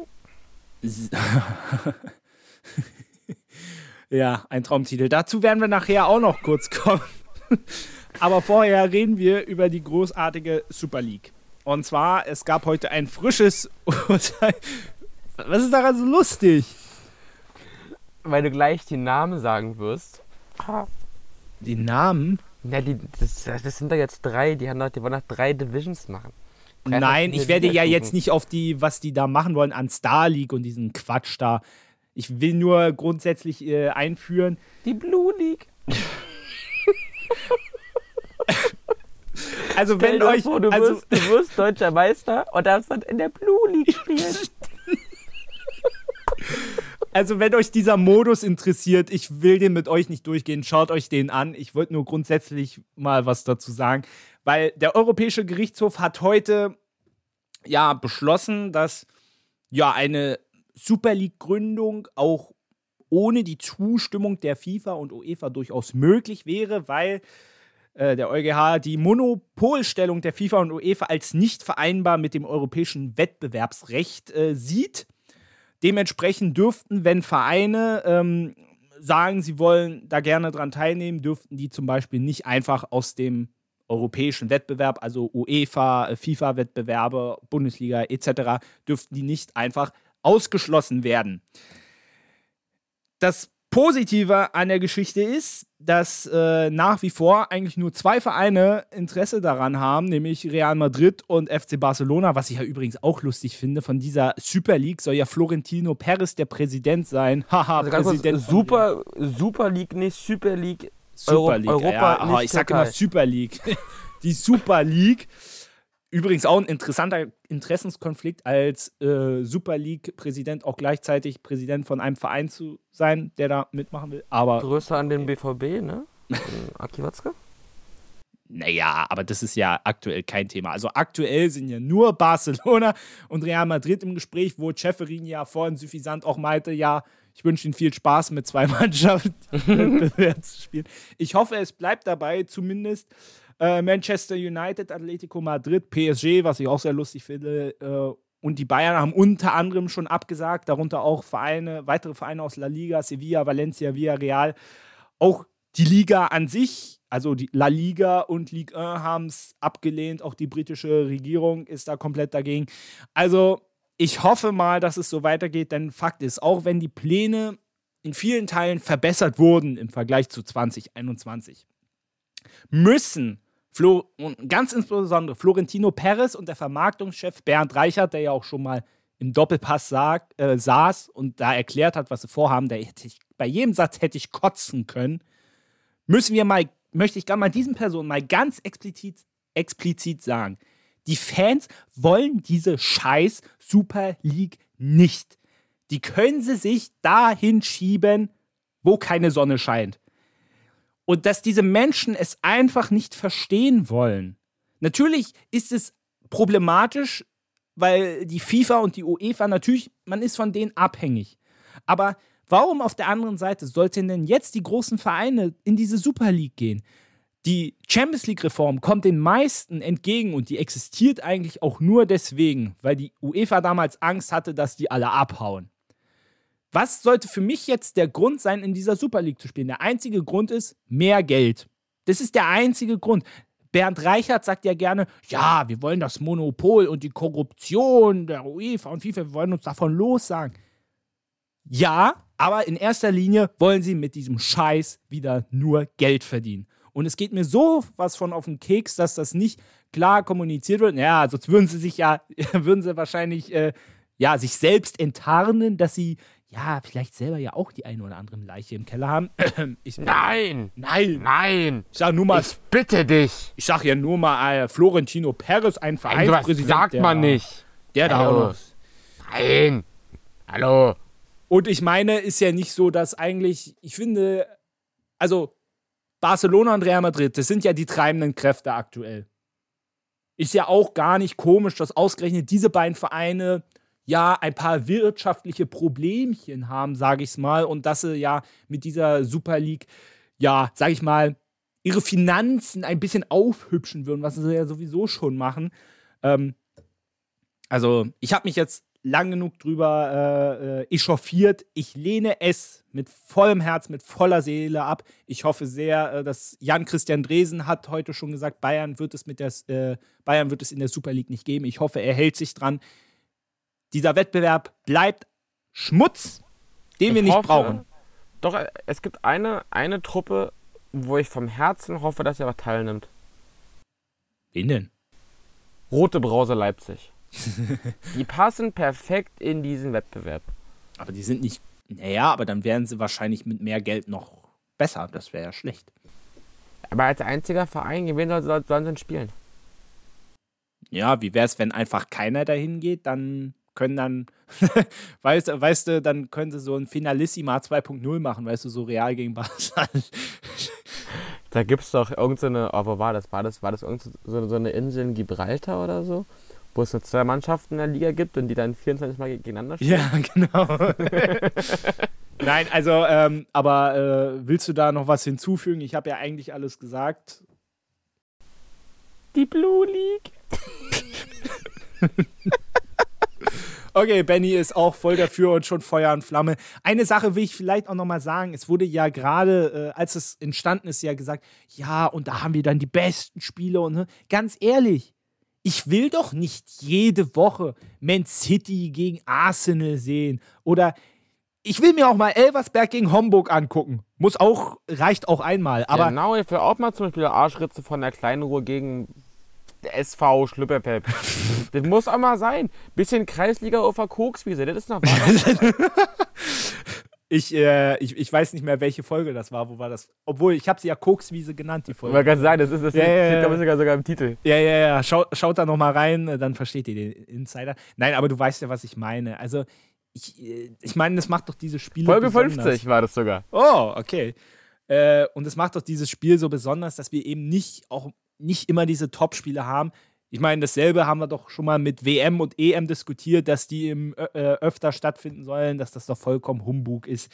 Ja, ein Traumtitel. Dazu werden wir nachher auch noch kurz kommen. Aber vorher reden wir über die großartige Super League. Und zwar, es gab heute ein frisches Urteil. Was ist daran so lustig? Weil du gleich die Namen sagen wirst. Die Namen? Ja, die, das, das sind da jetzt drei, die, haben noch, die wollen noch drei Divisions machen. Drei Nein, ich werde ja Ligastufen. jetzt nicht auf die, was die da machen wollen, an Star League und diesen Quatsch da. Ich will nur grundsätzlich äh, einführen. Die Blue League. Also Stell wenn dir euch... vor, du, also, wirst, du wirst deutscher Meister und darfst dann in der Blue League spielen. Also wenn euch dieser Modus interessiert, ich will den mit euch nicht durchgehen, schaut euch den an. Ich wollte nur grundsätzlich mal was dazu sagen, weil der Europäische Gerichtshof hat heute ja beschlossen, dass ja eine Super League-Gründung auch ohne die Zustimmung der FIFA und UEFA durchaus möglich wäre, weil äh, der EuGH die Monopolstellung der FIFA und UEFA als nicht vereinbar mit dem europäischen Wettbewerbsrecht äh, sieht. Dementsprechend dürften, wenn Vereine ähm, sagen, sie wollen da gerne dran teilnehmen, dürften die zum Beispiel nicht einfach aus dem europäischen Wettbewerb, also UEFA, FIFA-Wettbewerbe, Bundesliga et cetera, dürften die nicht einfach ausgeschlossen werden. Das Positive an der Geschichte ist, dass äh, nach wie vor eigentlich nur zwei Vereine Interesse daran haben, nämlich Real Madrid und F C Barcelona, was ich ja übrigens auch lustig finde. Von dieser Super League soll ja Florentino Perez der Präsident sein. Haha, Also ganz Präsident. kurz, Super, Super League, nicht Super League. Super League, Europa, ja. nicht Oh, ich sag Türkei. immer Super League. Die Super League. Übrigens auch ein interessanter Interessenskonflikt, als äh, Super League-Präsident auch gleichzeitig Präsident von einem Verein zu sein, der da mitmachen will. Aber Größer an den B V B, ne? Aki Watzke? naja, aber das ist ja aktuell kein Thema. Also aktuell sind ja nur Barcelona und Real Madrid im Gespräch, wo Ceferin ja vorhin suffisant auch meinte, ja, ich wünsche Ihnen viel Spaß mit zwei Mannschaften Wettbewerb zu spielen. Ich hoffe, es bleibt dabei, zumindest äh, Manchester United, Atletico Madrid, P S G, was ich auch sehr lustig finde, äh, und die Bayern haben unter anderem schon abgesagt, darunter auch Vereine, weitere Vereine aus La Liga, Sevilla, Valencia, Villarreal. Auch die Liga an sich, also die La Liga und Ligue eins haben es abgelehnt, auch die britische Regierung ist da komplett dagegen. Also ich hoffe mal, dass es so weitergeht, denn Fakt ist, auch wenn die Pläne in vielen Teilen verbessert wurden im Vergleich zu zwanzig einundzwanzig, müssen Flo, und ganz insbesondere Florentino Perez und der Vermarktungschef Bernd Reichert, der ja auch schon mal im Doppelpass sag, äh, saß und da erklärt hat, was sie vorhaben, da hätte ich, bei jedem Satz hätte ich kotzen können, müssen wir mal, möchte ich gerne mal diesen Personen mal ganz explizit, explizit sagen, die Fans wollen diese scheiß Super League nicht. Die können sie sich dahin schieben, wo keine Sonne scheint. Und dass diese Menschen es einfach nicht verstehen wollen. Natürlich ist es problematisch, weil die FIFA und die UEFA, natürlich, man ist von denen abhängig. Aber warum auf der anderen Seite sollten denn jetzt die großen Vereine in diese Super League gehen? Die Champions League-Reform kommt den meisten entgegen und die existiert eigentlich auch nur deswegen, weil die UEFA damals Angst hatte, dass die alle abhauen. Was sollte für mich jetzt der Grund sein, in dieser Super League zu spielen? Der einzige Grund ist mehr Geld. Das ist der einzige Grund. Bernd Reichert sagt ja gerne, ja, wir wollen das Monopol und die Korruption der UEFA und FIFA, wir wollen uns davon lossagen. Ja, aber in erster Linie wollen sie mit diesem Scheiß wieder nur Geld verdienen. Und es geht mir so was von auf den Keks, dass das nicht klar kommuniziert wird. Ja, sonst würden sie sich ja, würden sie wahrscheinlich, äh, ja, sich selbst enttarnen, dass sie ja, vielleicht selber ja auch die eine oder andere Leiche im Keller haben. Ich, Nein! Nein! Nein! Ich sag nur mal, Ich bitte dich! ich sag ja nur mal äh, Florentino Perez, ein Ey, sowas Vereinspräsident. sagt der, man nicht. Der da Hallo. auch noch. Nein! Hallo! Und ich meine, ist ja nicht so, dass eigentlich, ich finde, also Barcelona und Real Madrid, das sind ja die treibenden Kräfte aktuell. Ist ja auch gar nicht komisch, dass ausgerechnet diese beiden Vereine ja ein paar wirtschaftliche Problemchen haben, sage ich mal, und dass sie ja mit dieser Super League, ja, sage ich mal, ihre Finanzen ein bisschen aufhübschen würden, was sie ja sowieso schon machen. Ähm, also, ich habe mich jetzt lang genug drüber äh, äh, echauffiert. Ich lehne es mit vollem Herz, mit voller Seele ab. Ich hoffe sehr, äh, dass Jan-Christian Dresen hat heute schon gesagt, Bayern wird es mit der, äh, Bayern wird es in der Super League nicht geben. Ich hoffe, er hält sich dran. Dieser Wettbewerb bleibt Schmutz, den Ich wir nicht hoffe, brauchen. Doch, äh, es gibt eine, eine Truppe, wo ich vom Herzen hoffe, dass sie aber teilnimmt. Wen denn? Rote Brause Leipzig. Die passen perfekt in diesen Wettbewerb. Aber die sind nicht. Naja, aber dann wären sie wahrscheinlich mit mehr Geld noch besser. Das wäre ja schlecht. Aber als einziger Verein, gegen wen soll- soll- sollen sie denn spielen? Ja, wie wäre es, wenn einfach keiner dahin geht? Dann können dann, weißt, du- weißt du, dann können sie so ein Finalissima zwei Punkt null machen, weißt du, so Real gegen Barca. Da gibt's doch irgendeine, oh, wo war das? War das, war das irgend so, so eine Insel in Gibraltar oder so? Wo es nur zwei Mannschaften in der Liga gibt und die dann vierundzwanzig Mal gegeneinander spielen? Ja, genau. Nein, also, ähm, aber äh, willst du da noch was hinzufügen? Ich habe ja eigentlich alles gesagt. Die Blue League. Okay, Benny ist auch voll dafür und schon Feuer und Flamme. Eine Sache will ich vielleicht auch noch mal sagen. Es wurde ja gerade, äh, als es entstanden ist, ja gesagt, ja, und da haben wir dann die besten Spiele. Und ne? Ganz ehrlich, ich will doch nicht jede Woche Man City gegen Arsenal sehen. Oder ich will mir auch mal Elversberg gegen Homburg angucken. Muss auch, reicht auch einmal. Aber genau, ich will auch mal zum Beispiel Arschritze von der Kleinruhr gegen S V Schlüpperpep. Das muss auch mal sein. Bisschen Kreisliga auf der Kokswiese, das ist noch wahr. ich, äh, ich, ich weiß nicht mehr, welche Folge das war. Wo war das? Obwohl, ich habe sie ja Kokswiese genannt, die Ich Folge. wollte gerade sagen, das ist das Ja, ja, ja. steht, glaube ich, sogar, sogar im Titel. Ja, ja, ja. Schau, schaut da noch mal rein, äh, dann versteht ihr den Insider. Nein, aber du weißt ja, was ich meine. Also, ich, äh, ich meine, das macht doch diese Spiele Folge besonders. fünfzig war das sogar. Oh, okay. Äh, und es macht doch dieses Spiel so besonders, dass wir eben nicht auch nicht immer diese Top-Spiele haben. Ich meine, dasselbe haben wir doch schon mal mit W M und E M diskutiert, dass die im, äh, öfter stattfinden sollen, dass das doch vollkommen Humbug ist.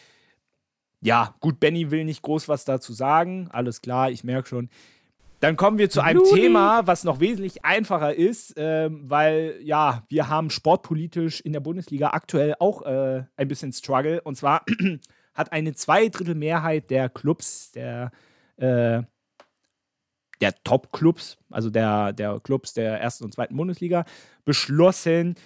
Ja, gut, Benny will nicht groß was dazu sagen. Alles klar, ich merke schon. Dann kommen wir zu einem Blue Thema, was noch wesentlich einfacher ist, ähm, weil, ja, wir haben sportpolitisch in der Bundesliga aktuell auch äh, ein bisschen Struggle. Und zwar hat eine Zweidrittelmehrheit der Clubs, der, äh, der Top-Clubs, also der, der Clubs der ersten und zweiten Bundesliga, beschlossen,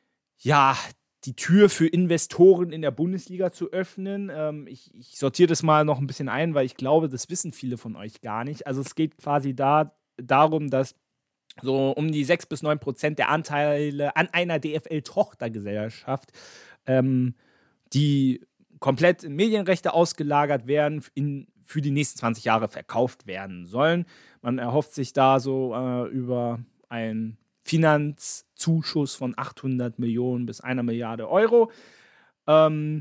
ja, die Tür für Investoren in der Bundesliga zu öffnen. Ähm, ich, ich sortiere das mal noch ein bisschen ein, weil ich glaube, das wissen viele von euch gar nicht. Also es geht quasi da, darum, dass so um die sechs bis neun Prozent der Anteile an einer D F L-Tochtergesellschaft, ähm, die komplett in Medienrechte ausgelagert werden, in, für die nächsten zwanzig Jahre verkauft werden sollen. Man erhofft sich da so äh, über ein Finanzzuschuss von achthundert Millionen bis einer Milliarde Euro. Ähm,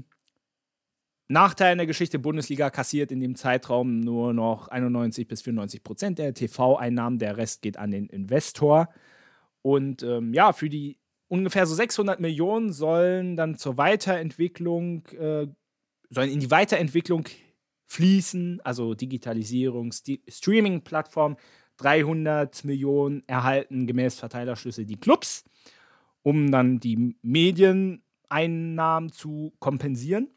Nachteil in der Geschichte: Bundesliga kassiert in dem Zeitraum nur noch einundneunzig bis vierundneunzig Prozent der T V-Einnahmen. Der Rest geht an den Investor. Und ähm, ja, für die ungefähr so sechshundert Millionen sollen dann zur Weiterentwicklung, äh, sollen in die Weiterentwicklung fließen, also Digitalisierung, Sti- Streaming-Plattform. dreihundert Millionen erhalten gemäß Verteilerschlüssel die Clubs, um dann die Medieneinnahmen zu kompensieren.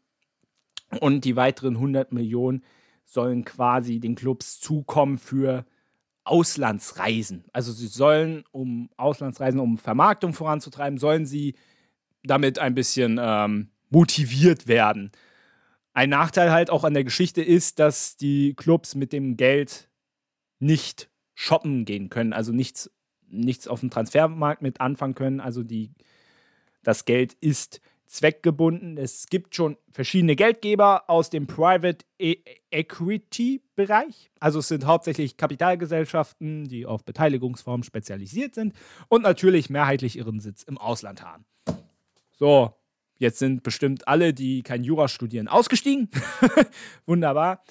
Und die weiteren hundert Millionen sollen quasi den Clubs zukommen für Auslandsreisen. Also sie sollen, um Auslandsreisen, um Vermarktung voranzutreiben, sollen sie damit ein bisschen ähm, motiviert werden. Ein Nachteil halt auch an der Geschichte ist, dass die Clubs mit dem Geld nicht shoppen gehen können, also nichts, nichts auf dem Transfermarkt mit anfangen können. Also die, das Geld ist zweckgebunden. Es gibt schon verschiedene Geldgeber aus dem Private E- Equity-Bereich. Also es sind hauptsächlich Kapitalgesellschaften, die auf Beteiligungsformen spezialisiert sind und natürlich mehrheitlich ihren Sitz im Ausland haben. So, jetzt sind bestimmt alle, die kein Jura studieren, ausgestiegen. Wunderbar.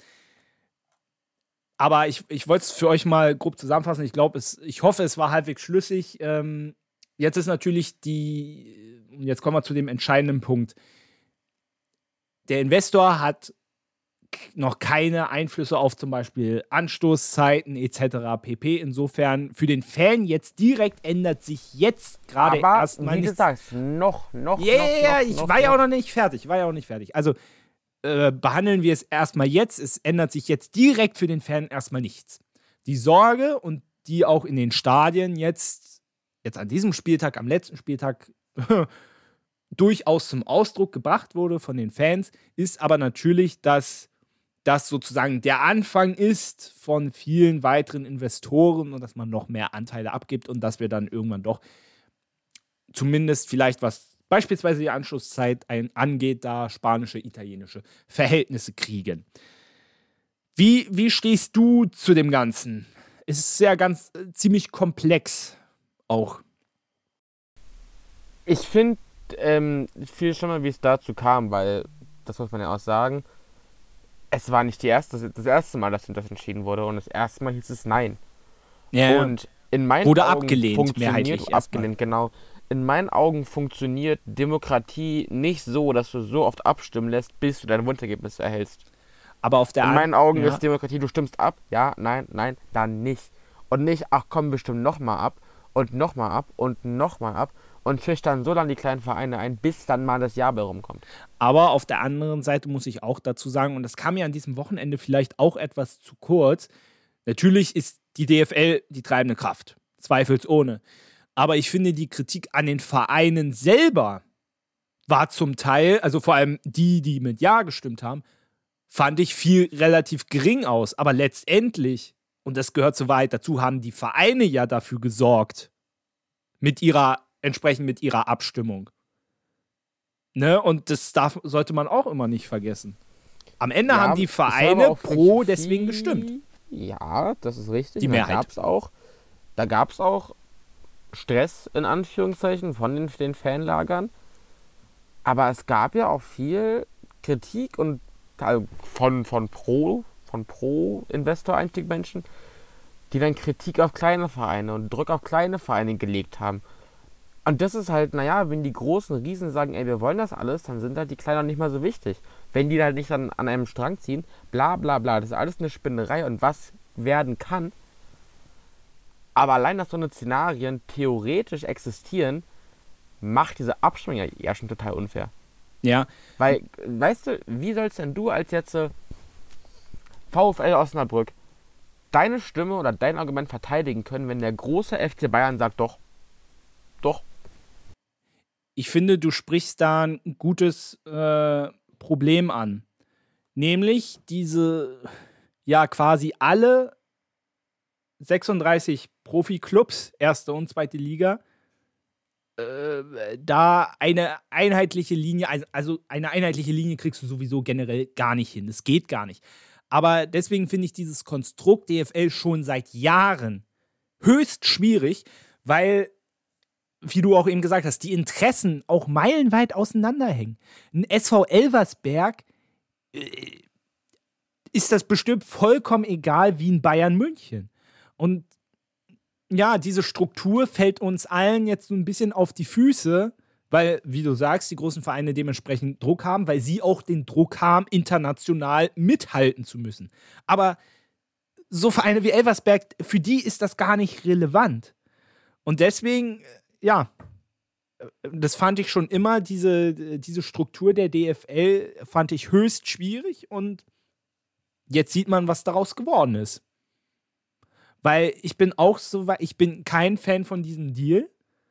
Aber ich, ich wollte es für euch mal grob zusammenfassen. Ich glaube, es, ich hoffe, es war halbwegs schlüssig. Ähm, jetzt ist natürlich die, jetzt kommen wir zu dem entscheidenden Punkt. Der Investor hat noch keine Einflüsse auf zum Beispiel Anstoßzeiten et cetera pp. Insofern für den Fan jetzt direkt ändert sich jetzt gerade erstmal nichts. Aber wie gesagt, noch, noch, yeah, noch, Ja, noch, ich noch, war noch. ja auch noch nicht fertig, war ja auch nicht fertig. Also äh, behandeln wir es erstmal jetzt. Es ändert sich jetzt direkt für den Fan erstmal nichts. Die Sorge und die auch in den Stadien jetzt, jetzt an diesem Spieltag, am letzten Spieltag durchaus zum Ausdruck gebracht wurde von den Fans, ist aber natürlich, dass das sozusagen der Anfang ist von vielen weiteren Investoren und dass man noch mehr Anteile abgibt und dass wir dann irgendwann doch zumindest vielleicht, was beispielsweise die Anschlusszeit ein, angeht, da spanische, italienische Verhältnisse kriegen. Wie, wie stehst du zu dem Ganzen? Es ist ja ganz äh, ziemlich komplex auch. Ich finde ähm, viel schlimmer, wie es dazu kam, weil, das muss man ja auch sagen, es war nicht die erste, das erste Mal, dass das entschieden wurde und das erste Mal hieß es Nein. Ja, und in meinen wurde Augen abgelehnt, funktioniert, mehrheitlich abgelehnt, genau. In meinen Augen funktioniert Demokratie nicht so, dass du so oft abstimmen lässt, bis du dein Wunschergebnis erhältst. aber auf der In An- meinen Augen ja. ist Demokratie, du stimmst ab, ja, nein, nein, dann nicht. Und nicht, ach komm, wir stimmen nochmal ab und nochmal ab und nochmal ab und schüchtern so lange die kleinen Vereine ein, bis dann mal das Jahr bei rumkommt. Aber auf der anderen Seite muss ich auch dazu sagen, und das kam mir an diesem Wochenende vielleicht auch etwas zu kurz, natürlich ist die D F L die treibende Kraft, zweifelsohne. Aber ich finde, die Kritik an den Vereinen selber war zum Teil, also vor allem die, die mit Ja gestimmt haben, fand ich viel relativ gering aus. Aber letztendlich, und das gehört zur Wahrheit dazu, haben die Vereine ja dafür gesorgt, mit ihrer, entsprechend mit ihrer Abstimmung. Ne? Und das darf, sollte man auch immer nicht vergessen. Am Ende Ja, haben die es war aber Vereine auch pro viel- deswegen gestimmt. Ja, das ist richtig. Die Und Mehrheit. Da gab es auch, da gab's auch Stress, in Anführungszeichen, von den, den Fanlagern. Aber es gab ja auch viel Kritik und also von, von Pro, von Pro-Investor-Einstieg-Menschen, die dann Kritik auf kleine Vereine und Druck auf kleine Vereine gelegt haben. Und das ist halt, naja, wenn die großen Riesen sagen, ey, wir wollen das alles, dann sind halt die Kleinen nicht mal so wichtig. Wenn die halt nicht dann an einem Strang ziehen, bla bla bla, das ist alles eine Spinnerei und was werden kann. Aber allein, dass so eine Szenarien theoretisch existieren, macht diese Abstimmung ja, ja schon total unfair. Ja, Weil, weißt du, wie sollst denn du als jetzt äh, VfL Osnabrück deine Stimme oder dein Argument verteidigen können, wenn der große F C Bayern sagt, doch, doch, ich finde, du sprichst da ein gutes äh, Problem an. Nämlich diese, ja, quasi alle sechsunddreißig Profi-Clubs, erste und zweite Liga, äh, da eine einheitliche Linie, also- also eine einheitliche Linie kriegst du sowieso generell gar nicht hin. Das geht gar nicht. Aber deswegen finde ich dieses Konstrukt D F L schon seit Jahren höchst schwierig, weil, wie du auch eben gesagt hast, die Interessen auch meilenweit auseinanderhängen. Ein S V Elversberg äh, ist das bestimmt vollkommen egal wie ein Bayern München. Und ja, diese Struktur fällt uns allen jetzt so ein bisschen auf die Füße, weil, wie du sagst, die großen Vereine dementsprechend Druck haben, weil sie auch den Druck haben, international mithalten zu müssen. Aber so Vereine wie Elversberg, für die ist das gar nicht relevant. Und deswegen, ja, das fand ich schon immer, diese, diese Struktur der D F L fand ich höchst schwierig und jetzt sieht man, was daraus geworden ist. Weil ich bin auch so, ich bin kein Fan von diesem Deal.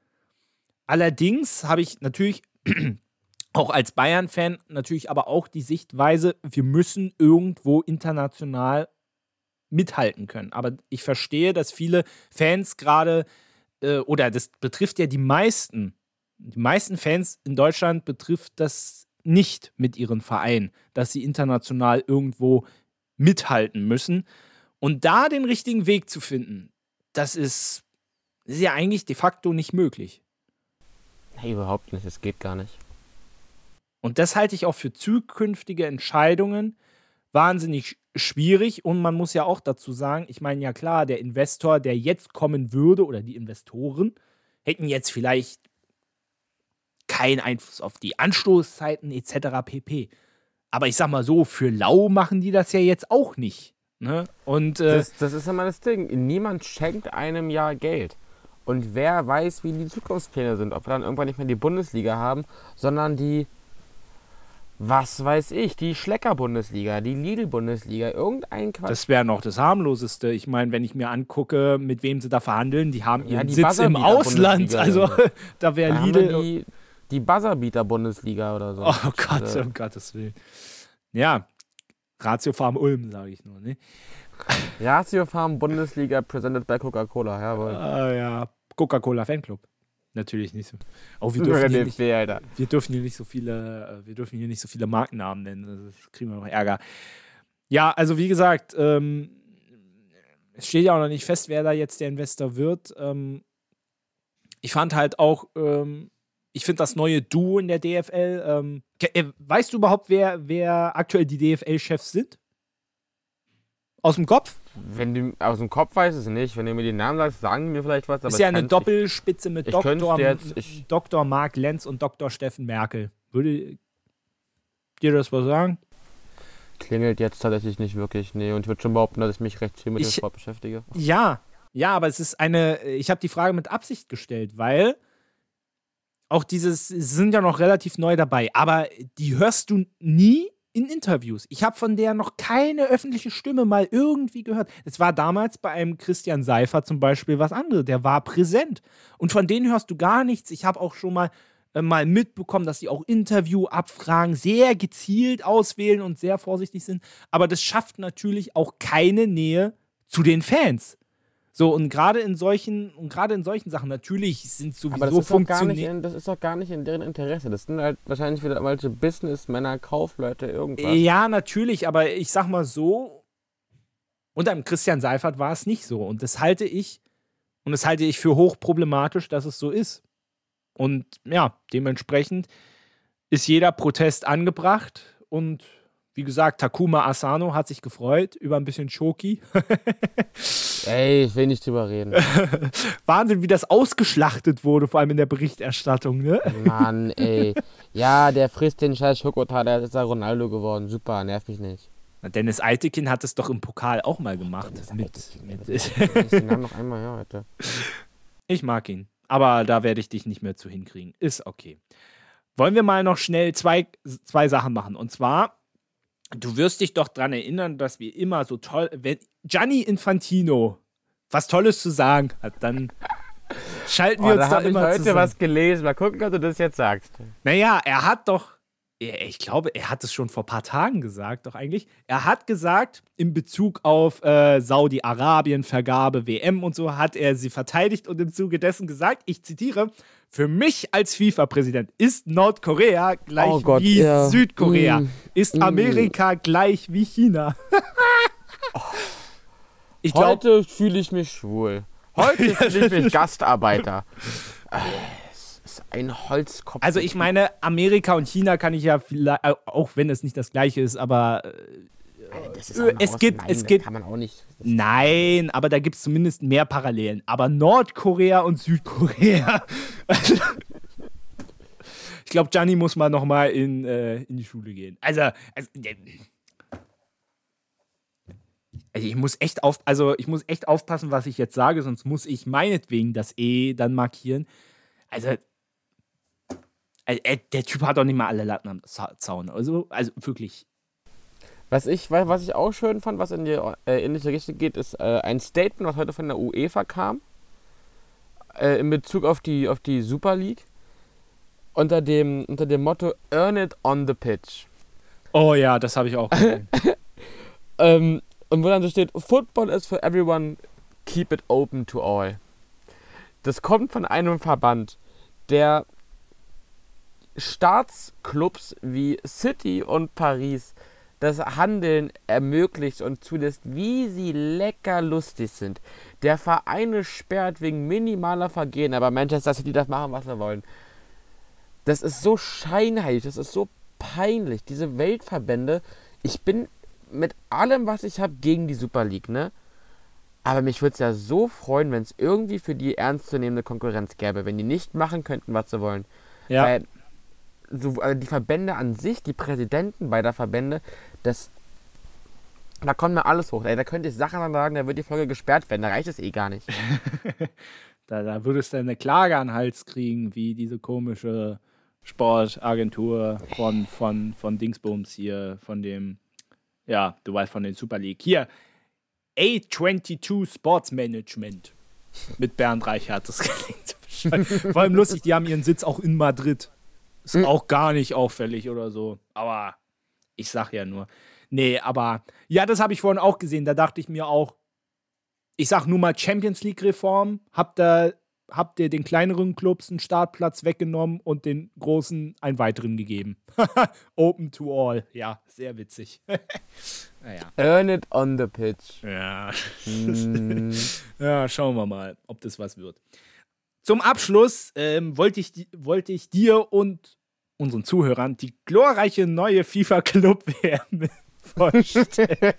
Allerdings habe ich natürlich auch als Bayern-Fan natürlich aber auch die Sichtweise, wir müssen irgendwo international mithalten können. Aber ich verstehe, dass viele Fans gerade, äh, oder das betrifft ja die meisten, die meisten Fans in Deutschland betrifft das nicht mit ihren Vereinen, dass sie international irgendwo mithalten müssen. Und da den richtigen Weg zu finden, das ist, das ist ja eigentlich de facto nicht möglich. hey, überhaupt nicht, das geht gar nicht. Und das halte ich auch für zukünftige Entscheidungen wahnsinnig schwierig. Und man muss ja auch dazu sagen, ich meine, ja klar, der Investor, der jetzt kommen würde, oder die Investoren, hätten jetzt vielleicht keinen Einfluss auf die Anstoßzeiten et cetera pp. Aber ich sag mal so, für lau machen die das ja jetzt auch nicht. Ne? Und, äh, das, das ist immer das Ding. Niemand schenkt einem ja Geld. Und wer weiß, wie die Zukunftspläne sind. Ob wir dann irgendwann nicht mehr die Bundesliga haben, sondern die, was weiß ich, die Schlecker-Bundesliga, die Lidl-Bundesliga, irgendein Quatsch. Das wäre noch das harmloseste. Ich meine, wenn ich mir angucke, mit wem sie da verhandeln, die haben Ja, ihren die Sitz im Ausland. Buzzerbeater-Bundesliga. Also da wäre Da haben wir Lidl. die, die Buzzerbeater-Bundesliga oder so. Oh Gott, Äh, um Gottes Willen. Ja, Ratio Farm Ulm, sage ich nur. Ne? Ratio Farm Bundesliga presented by Coca-Cola, jawohl. Ah, ja, Coca-Cola Fanclub. Natürlich nicht so. Oh, wir dürfen, hier nicht, Alter. wir dürfen hier nicht so viele, äh, wir dürfen hier nicht so viele Markennamen nennen. Das kriegen wir noch Ärger. Ja, also wie gesagt, ähm, es steht ja auch noch nicht fest, wer da jetzt der Investor wird. Ähm, ich fand halt auch, ähm, ich finde das neue Duo in der D F L. Ähm, ke- äh, weißt du überhaupt, wer, wer aktuell die D F L-Chefs sind? Aus dem Kopf? Wenn du aus dem Kopf weißt es nicht, wenn du mir die Namen sagst, sagen die mir vielleicht was. Aber Ist ja ich eine kann's Doppelspitze mit ich Doktor könnte jetzt- ich- Doktor Marc Lenz und Doktor Steffen Merkel. Würde dir das was sagen? nicht. Klingelt jetzt tatsächlich nicht wirklich. Nee, und ich würde schon behaupten, dass ich mich recht viel mit dem Ich- Sport beschäftige. Ja, ja, aber es ist eine, ich habe die Frage mit Absicht gestellt, weil auch dieses, sie sind ja noch relativ neu dabei, aber die hörst du nie in Interviews. Ich habe von der noch keine öffentliche Stimme mal irgendwie gehört. Es war damals bei einem Christian Seifert zum Beispiel was anderes, der war präsent. Und von denen hörst du gar nichts. Ich habe auch schon mal, äh, mal mitbekommen, dass sie auch Interviewabfragen sehr gezielt auswählen und sehr vorsichtig sind. Aber das schafft natürlich auch keine Nähe zu den Fans. So, und gerade in solchen, und gerade in solchen Sachen, natürlich sind sowieso Aber das ist, doch gar nicht funktioniert. in, das ist doch gar nicht in deren Interesse. Das sind halt wahrscheinlich wieder irgendwelche Businessmänner, Kaufleute, irgendwas. Ja, natürlich, aber ich sag mal so, unter dem Christian Seifert war es nicht so. Und das halte ich, und das halte ich für hochproblematisch, dass es so ist. Und ja, dementsprechend ist jeder Protest angebracht. Und wie gesagt, Takuma Asano hat sich gefreut über ein bisschen Schoki. Ey, ich will nicht drüber reden. Wahnsinn, wie das ausgeschlachtet wurde, vor allem in der Berichterstattung, ne? Mann, ey. Ja, der frisst den scheiß Schokotar, der ist ja Ronaldo geworden. Super, nerv mich nicht. Dennis Eitekin hat es doch im Pokal auch mal gemacht. Mit, mit, mit, ich den Namen noch einmal, ja, heute. ich mag ihn. Aber da werde ich dich nicht mehr zu hinkriegen. Ist okay. Wollen wir mal noch schnell zwei, zwei Sachen machen. Und zwar, du wirst dich doch daran erinnern, dass wir immer so toll, wenn Gianni Infantino was Tolles zu sagen hat, dann schalten wir Oh, uns da da habe ich immer heute zusammen. was gelesen. Mal gucken, ob du das jetzt sagst. Naja, er hat doch, ich glaube, er hat es schon vor ein paar Tagen gesagt, doch eigentlich. Er hat gesagt, in Bezug auf äh, Saudi-Arabien, Vergabe, W M und so, hat er sie verteidigt und im Zuge dessen gesagt, ich zitiere, für mich als FIFA-Präsident ist Nordkorea gleich Oh Gott, wie ja. Südkorea, Mm. ist Mm. Amerika gleich wie China. Ich glaube, Heute fühle ich mich schwul. Heute fühle ich mich Gastarbeiter. Äh, Es ist ein Holzkopf. also ich meine, Amerika und China kann ich ja vielleicht, äh, auch wenn es nicht das gleiche ist, aber äh, das äh, es Haus- gibt- Nein, es das gibt- kann man auch nicht. nein, aber da gibt es zumindest mehr Parallelen. Aber Nordkorea und Südkorea. Also, ich glaube, Gianni muss mal noch mal in, äh, in die Schule gehen. Also, also, äh, also ich muss echt auf, also ich muss echt aufpassen, was ich jetzt sage, sonst muss ich meinetwegen das E dann markieren. Also, äh, der Typ hat doch nicht mal alle Latten am Za- Zaun. Also, also wirklich. Was ich, was ich auch schön fand, was in die äh, ähnliche Richtung geht, ist äh, ein Statement, was heute von der UEFA kam, äh, in Bezug auf die, auf die Super League, unter dem, unter dem Motto Earn it on the pitch. Oh ja, das habe ich auch gesehen. Ähm, und wo dann so steht, Football is for everyone, keep it open to all. Das kommt von einem Verband, der Staatsclubs wie City und Paris das Handeln ermöglicht und zulässt, wie sie lecker lustig sind. Der Vereine sperrt wegen minimaler Vergehen, aber Manchester City darf machen, was sie wollen. Das ist so scheinheilig, das ist so peinlich. Diese Weltverbände, ich bin mit allem, was ich habe, gegen die Super League, ne? Aber mich würde es ja so freuen, wenn es irgendwie für die ernstzunehmende Konkurrenz gäbe, wenn die nicht machen könnten, was sie wollen. Ja. Weil so, also die Verbände an sich, die Präsidenten beider Verbände, das, da kommt mir alles hoch. Ey, da könnte ich Sachen sagen, da wird die Folge gesperrt werden, da reicht es eh gar nicht. da, da würdest du eine Klage an den Hals kriegen, wie diese komische Sportagentur von, von, von Dingsbums hier, von dem, ja, du weißt, von den Super League. Hier, A zweiundzwanzig Sports Management mit Bernd Reichert, das klingt so bescheuert. Vor allem lustig, die haben ihren Sitz auch in Madrid. Ist mhm. auch gar nicht auffällig oder so, aber ich sag ja nur. Nee, aber, ja, das habe ich vorhin auch gesehen, da dachte ich mir auch, ich sag nur mal Champions League Reform, habt ihr, habt ihr den kleineren Clubs einen Startplatz weggenommen und den großen einen weiteren gegeben. Open to all. Ja, sehr witzig. naja. Earn it on the pitch. Ja. Mm. ja, schauen wir mal, ob das was wird. Zum Abschluss ähm, wollte ich, wollte ich dir und unseren Zuhörern die glorreiche neue FIFA Club W M vorstellen.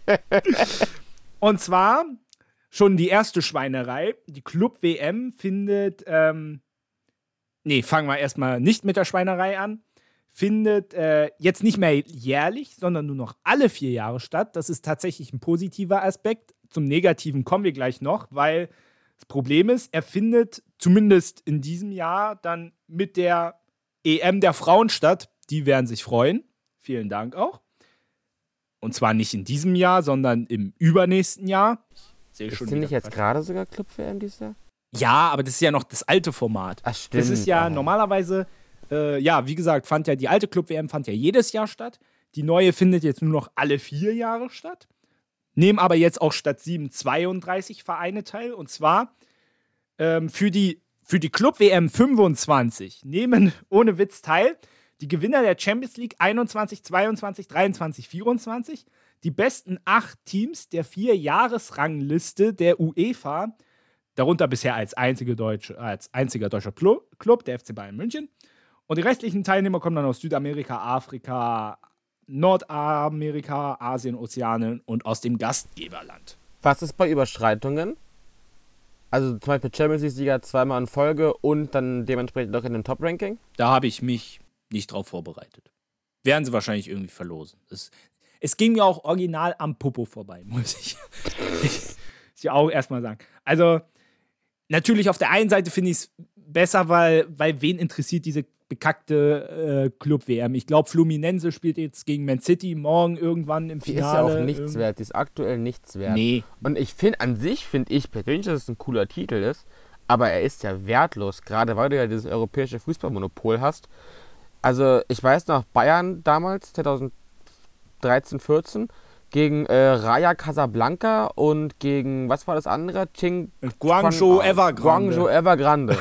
Und zwar schon die erste Schweinerei. Die Club W M findet, ähm, nee, fangen wir erstmal nicht mit der Schweinerei an, findet äh, jetzt nicht mehr jährlich, sondern nur noch alle vier Jahre statt. Das ist tatsächlich ein positiver Aspekt. Zum Negativen kommen wir gleich noch, weil das Problem ist, er findet zumindest in diesem Jahr dann mit der E M der Frauen statt. Die werden sich freuen. Vielen Dank auch. Und zwar nicht in diesem Jahr, sondern im übernächsten Jahr. Ist schon nicht jetzt gerade sogar Club W M dieses Jahr? Ja, aber das ist ja noch das alte Format. Ach, stimmt. Das ist ja oh. normalerweise, äh, ja, wie gesagt, fand ja die alte Club W M fand ja jedes Jahr statt. Die neue findet jetzt nur noch alle vier Jahre statt. Nehmen aber jetzt auch statt sieben zweiunddreißig Vereine teil. Und zwar ähm, für die, für die Club W M fünfundzwanzig nehmen ohne Witz teil die Gewinner der Champions League einundzwanzig, zweiundzwanzig, dreiundzwanzig, vierundzwanzig. Die besten acht Teams der Vier-Jahres-Rangliste der UEFA, darunter bisher als, einzige deutsche, als einziger deutscher Club, der F C Bayern München. Und die restlichen Teilnehmer kommen dann aus Südamerika, Afrika, Nordamerika, Asien, Ozeanien und aus dem Gastgeberland. Was ist bei Überschreitungen? Also zum Beispiel Champions League-Sieger zweimal in Folge und dann dementsprechend auch in dem Top-Ranking? Da habe ich mich nicht drauf vorbereitet. Werden sie wahrscheinlich irgendwie verlosen. Das Es ging mir auch original am Popo vorbei, muss ich, ich ja auch erstmal sagen. Also, natürlich auf der einen Seite finde ich es besser, weil, weil wen interessiert diese bekackte äh, Club-W M? Ich glaube, Fluminense spielt jetzt gegen Man City morgen irgendwann im Finale. Die ist ja auch nichts wert, die ist aktuell nichts wert. Nee. Und ich finde, an sich finde ich persönlich, dass es ein cooler Titel ist, aber er ist ja wertlos, gerade weil du ja dieses europäische Fußballmonopol hast. Also, ich weiß noch, Bayern damals, zweitausenddreizehn, vierzehn, gegen äh, Raja Casablanca und gegen, was war das andere? Ching Guangzhou Evergrande. Guangzhou Evergrande.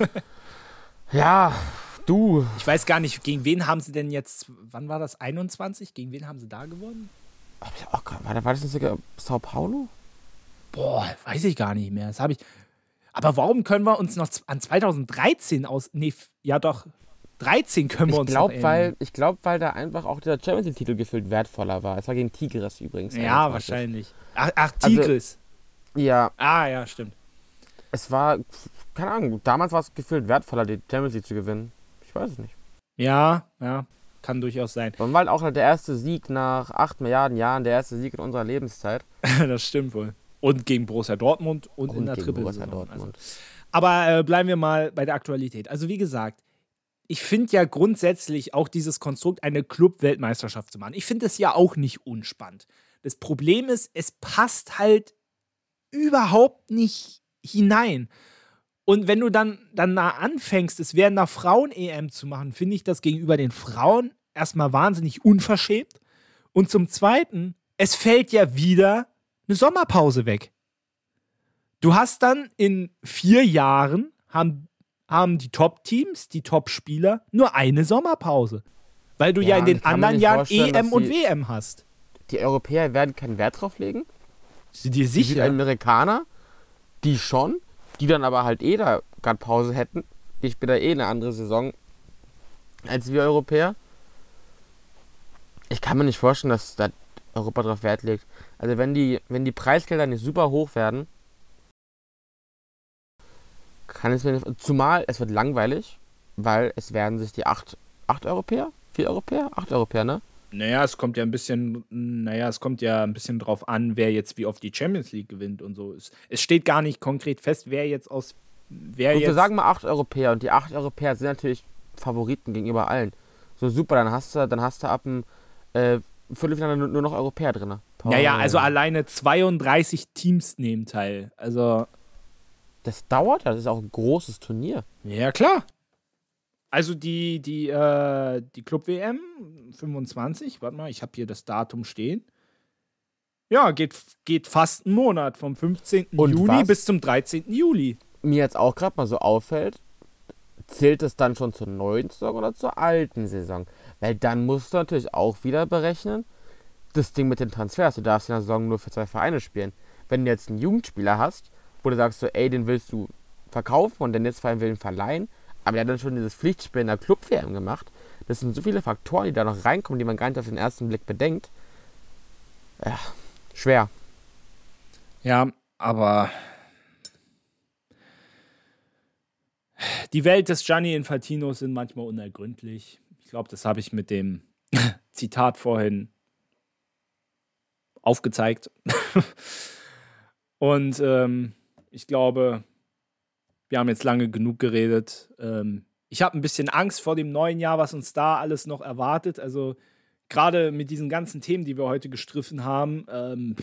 ja, du. Ich weiß gar nicht, gegen wen haben sie denn jetzt, wann war das, einundzwanzig? Gegen wen haben sie da gewonnen? Oh Gott, war das nicht sogar Sao Paulo? Boah, weiß ich gar nicht mehr. Das habe ich. Aber warum können wir uns noch an zweitausenddreizehn aus. Nee, ja doch. dreizehn können wir ich uns glaub, noch weil Ich glaube, weil da einfach auch dieser Champions League-Titel gefühlt wertvoller war. Es war gegen Tigres übrigens. Ja, einundzwanzig. Wahrscheinlich. Ach, ach Tigres. Also, ja. Ah, ja, stimmt. Es war, keine Ahnung, damals war es gefühlt wertvoller, die Champions League zu gewinnen. Ich weiß es nicht. Ja, ja, kann durchaus sein. Und weil auch der erste Sieg nach acht Milliarden Jahren, der erste Sieg in unserer Lebenszeit. Das stimmt wohl. Und gegen Borussia Dortmund und, und in der Triple Borussia Dortmund. Also. Aber äh, bleiben wir mal bei der Aktualität. Also wie gesagt, ich finde ja grundsätzlich auch dieses Konstrukt, eine Club-Weltmeisterschaft zu machen. Ich finde es ja auch nicht unspannend. Das Problem ist, es passt halt überhaupt nicht hinein. Und wenn du dann, dann da anfängst, es während einer Frauen-E M zu machen, finde ich das gegenüber den Frauen erstmal wahnsinnig unverschämt. Und zum Zweiten, es fällt ja wieder eine Sommerpause weg. Du hast dann in vier Jahren, haben haben die Top-Teams, die Top-Spieler, nur eine Sommerpause. Weil du ja, ja in den anderen Jahren E M und W M hast. Die Europäer werden keinen Wert drauf legen. Sind dir sicher? Die Amerikaner, die schon, die dann aber halt eh da gerade Pause hätten. Die spielen eh eine andere Saison als wir Europäer. Ich kann mir nicht vorstellen, dass da Europa drauf Wert legt. Also wenn die, wenn die Preisgelder nicht super hoch werden, kann es mir nicht, zumal es wird langweilig, weil es werden sich die acht acht Europäer? Vier Europäer? Acht Europäer, ne? Naja, es kommt ja ein bisschen, naja, es kommt ja ein bisschen drauf an, wer jetzt wie oft die Champions League gewinnt und so. Es, es steht gar nicht konkret fest, wer jetzt aus, wer Gut, jetzt. wir sagen mal acht Europäer und die acht Europäer sind natürlich Favoriten gegenüber allen. So super, dann hast du, dann hast du ab dem äh, Viertelfinale nur, nur noch Europäer drin. Naja, also alleine zweiunddreißig Teams nehmen teil. Also. Das dauert ja, das ist auch ein großes Turnier. Ja, klar. Also die, die, äh, die Club-W M fünfundzwanzig, warte mal, ich habe hier das Datum stehen. Ja, geht, geht fast einen Monat, vom fünfzehnten Und Juni was? bis zum dreizehnten Juli. Mir jetzt auch gerade mal so auffällt, zählt es dann schon zur neuen Saison oder zur alten Saison? Weil dann musst du natürlich auch wieder berechnen, das Ding mit den Transfers. Du darfst in der Saison nur für zwei Vereine spielen. Wenn du jetzt einen Jugendspieler hast, wo du sagst so, ey, den willst du verkaufen und der Netzverein will ihn verleihen, aber der hat dann schon dieses Pflichtspiel in der Club-W M gemacht. Das sind so viele Faktoren, die da noch reinkommen, die man gar nicht auf den ersten Blick bedenkt. Ja, schwer. Ja, aber die Welt des Gianni Infantinos sind manchmal unergründlich. Ich glaube, das habe ich mit dem Zitat vorhin aufgezeigt. Und ähm, ich glaube, wir haben jetzt lange genug geredet. Ähm, ich habe ein bisschen Angst vor dem neuen Jahr, was uns da alles noch erwartet. Also gerade mit diesen ganzen Themen, die wir heute gestriffen haben, ähm,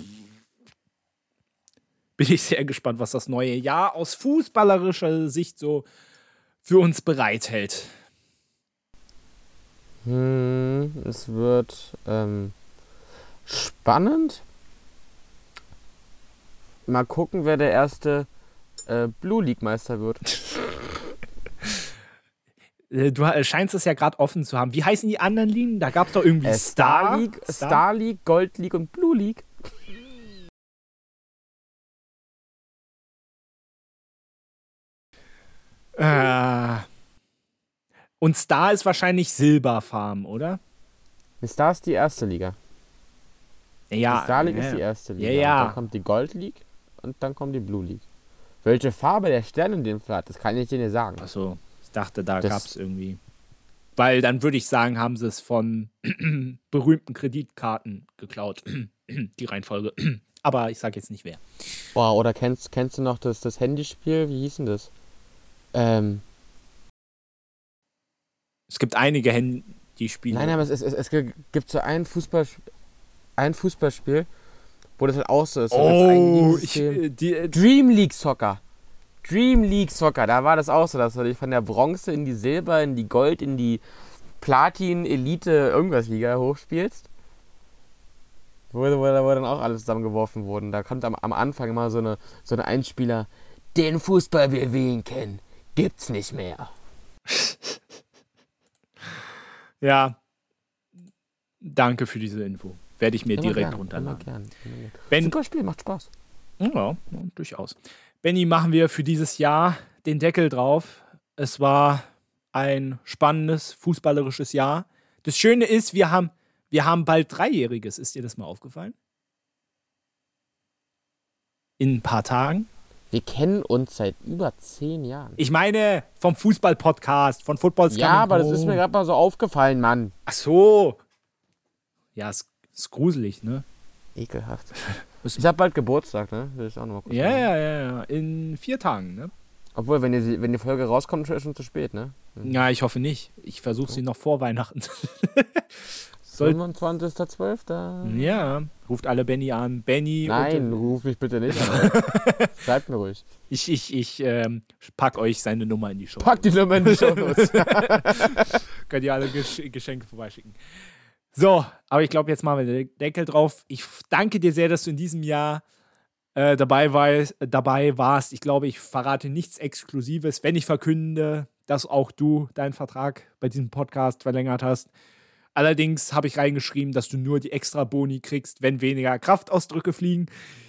bin ich sehr gespannt, was das neue Jahr aus fußballerischer Sicht so für uns bereithält. Hm, es wird ähm, spannend. Mal gucken, wer der erste äh, Blue League Meister wird. Du scheinst es ja gerade offen zu haben. Wie heißen die anderen Ligen? Da gab es doch irgendwie Äh, Star, Star League, Star? Star League, Gold League und Blue League. Äh, und Star ist wahrscheinlich Silberfarm, oder? Star ist die erste Liga. Ja, die Star League ja. ist die erste Liga. Ja, ja. Dann kommt die Gold League und dann kommt die Blue League. Welche Farbe der Stern in dem Fall hat, das kann ich dir nicht sagen. Achso, ich dachte, da Das- gab es irgendwie. Weil dann würde ich sagen, haben sie es von berühmten Kreditkarten geklaut. Die Reihenfolge. Aber ich sage jetzt nicht wer. Boah, oder kennst, kennst du noch das, das Handyspiel? Wie hieß denn das? Ähm, Es gibt einige Handyspiele. nein, aber es, es, es, es gibt so ein, Fußball, ein Fußballspiel, wo das halt auch so ist. So das Oh, eigene ich, System. äh, die, äh, Dream League Soccer. Dream League Soccer, da war das auch so, dass du dich von der Bronze in die Silber, in die Gold, in die Platin, Elite, irgendwas Liga hochspielst. Wo, wo, wo dann auch alles zusammengeworfen wurde. Da kommt am, am Anfang immer so eine, so eine Einspieler, den Fußball, wie wir ihn kennen, gibt's nicht mehr. ja. Danke für diese Info. Werde ich mir Immer direkt gern, runterladen. Immer gern, immer gern. Wenn, Super Spiel, macht Spaß. Ja, durchaus. Benni, machen wir für dieses Jahr den Deckel drauf. Es war ein spannendes, fußballerisches Jahr. Das Schöne ist, wir haben, wir haben bald Dreijähriges. Ist dir das mal aufgefallen? In ein paar Tagen. Wir kennen uns seit über zehn Jahren. Ich meine, vom Fußball-Podcast, von Football Ja, aber das ist mir gerade mal so aufgefallen, Mann. Ach so. Ja, ist, ist gruselig, ne? Ekelhaft. Ich hab bald Geburtstag, ne? Will ich auch noch mal kurz Ja, sagen. ja, ja, ja. In vier Tagen, ne? Obwohl, wenn die, wenn die Folge rauskommt, ist schon zu spät, ne? Ja, ich hoffe nicht. Ich versuche sie noch vor Weihnachten. Soll, fünfundzwanzigster zwölfter ja, ruft alle Benny an. Benny. Nein, und, ruf mich bitte nicht an. Schreibt mir ruhig. ich ich, ich ähm, pack euch seine Nummer in die Show. Pack die Nummer in die Show Notes. Könnt ihr alle Gesch Geschenke vorbeischicken. So, aber ich glaube, jetzt machen wir den Deckel drauf. Ich danke dir sehr, dass du in diesem Jahr äh, dabei, warst, dabei warst. Ich glaube, ich verrate nichts Exklusives, wenn ich verkünde, dass auch du deinen Vertrag bei diesem Podcast verlängert hast. Allerdings habe ich reingeschrieben, dass du nur die extra Boni kriegst, wenn weniger Kraftausdrücke fliegen.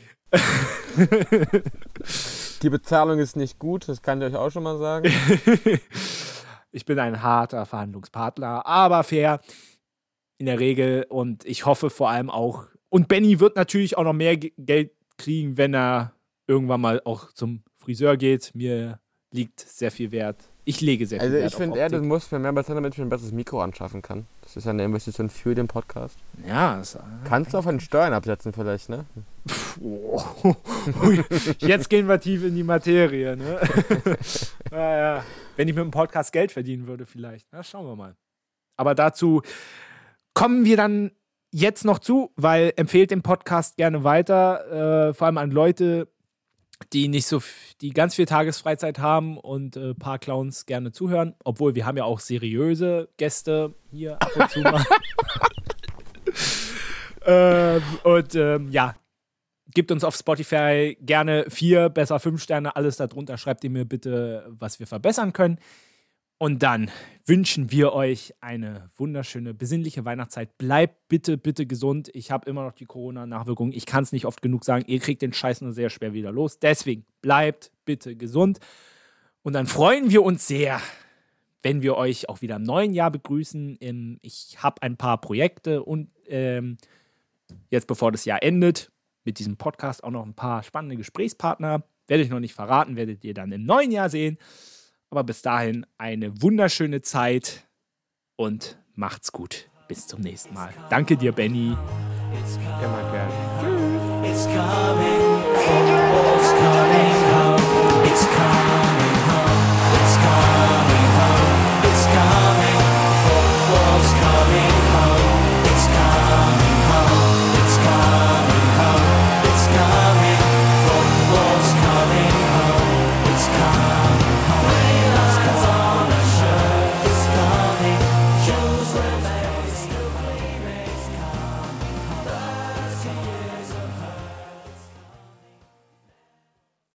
Die Bezahlung ist nicht gut, das kann ich euch auch schon mal sagen. Ich bin ein harter Verhandlungspartner, aber fair in der Regel und ich hoffe vor allem auch, und Benny wird natürlich auch noch mehr G- Geld kriegen, wenn er irgendwann mal auch zum Friseur geht. Mir liegt sehr viel Wert Ich lege sehr viel Also Wert ich auf finde eher, du Optik. musst mir mehr bezahlen, damit ich mir ein besseres Mikro anschaffen kann. Das ist ja eine Investition für den Podcast. Ja, das, Kannst du auch von den Steuern absetzen vielleicht, ne? oh, jetzt gehen wir tief in die Materie, ne? Naja, wenn ich mit dem Podcast Geld verdienen würde vielleicht. Na, schauen wir mal. Aber dazu kommen wir dann jetzt noch zu, weil empfehlt den Podcast gerne weiter, äh, vor allem an Leute, die nicht so, f- die ganz viel Tagesfreizeit haben und ein äh, paar Clowns gerne zuhören. Obwohl, wir haben ja auch seriöse Gäste hier ab und zu mal. ähm, und ähm, ja, gebt uns auf Spotify gerne vier, besser fünf Sterne, alles darunter. Schreibt ihr mir bitte, was wir verbessern können. Und dann wünschen wir euch eine wunderschöne, besinnliche Weihnachtszeit. Bleibt bitte, bitte gesund. Ich habe immer noch die Corona-Nachwirkungen. Ich kann es nicht oft genug sagen. Ihr kriegt den Scheiß nur sehr schwer wieder los. Deswegen bleibt bitte gesund. Und dann freuen wir uns sehr, wenn wir euch auch wieder im neuen Jahr begrüßen. Ähm, Ich habe ein paar Projekte und ähm, jetzt, bevor das Jahr endet, mit diesem Podcast auch noch ein paar spannende Gesprächspartner. Werde ich noch nicht verraten, werdet ihr dann im neuen Jahr sehen. Aber bis dahin eine wunderschöne Zeit und macht's gut. Bis zum nächsten Mal. Danke dir, Benny. Immer gerne. It's coming.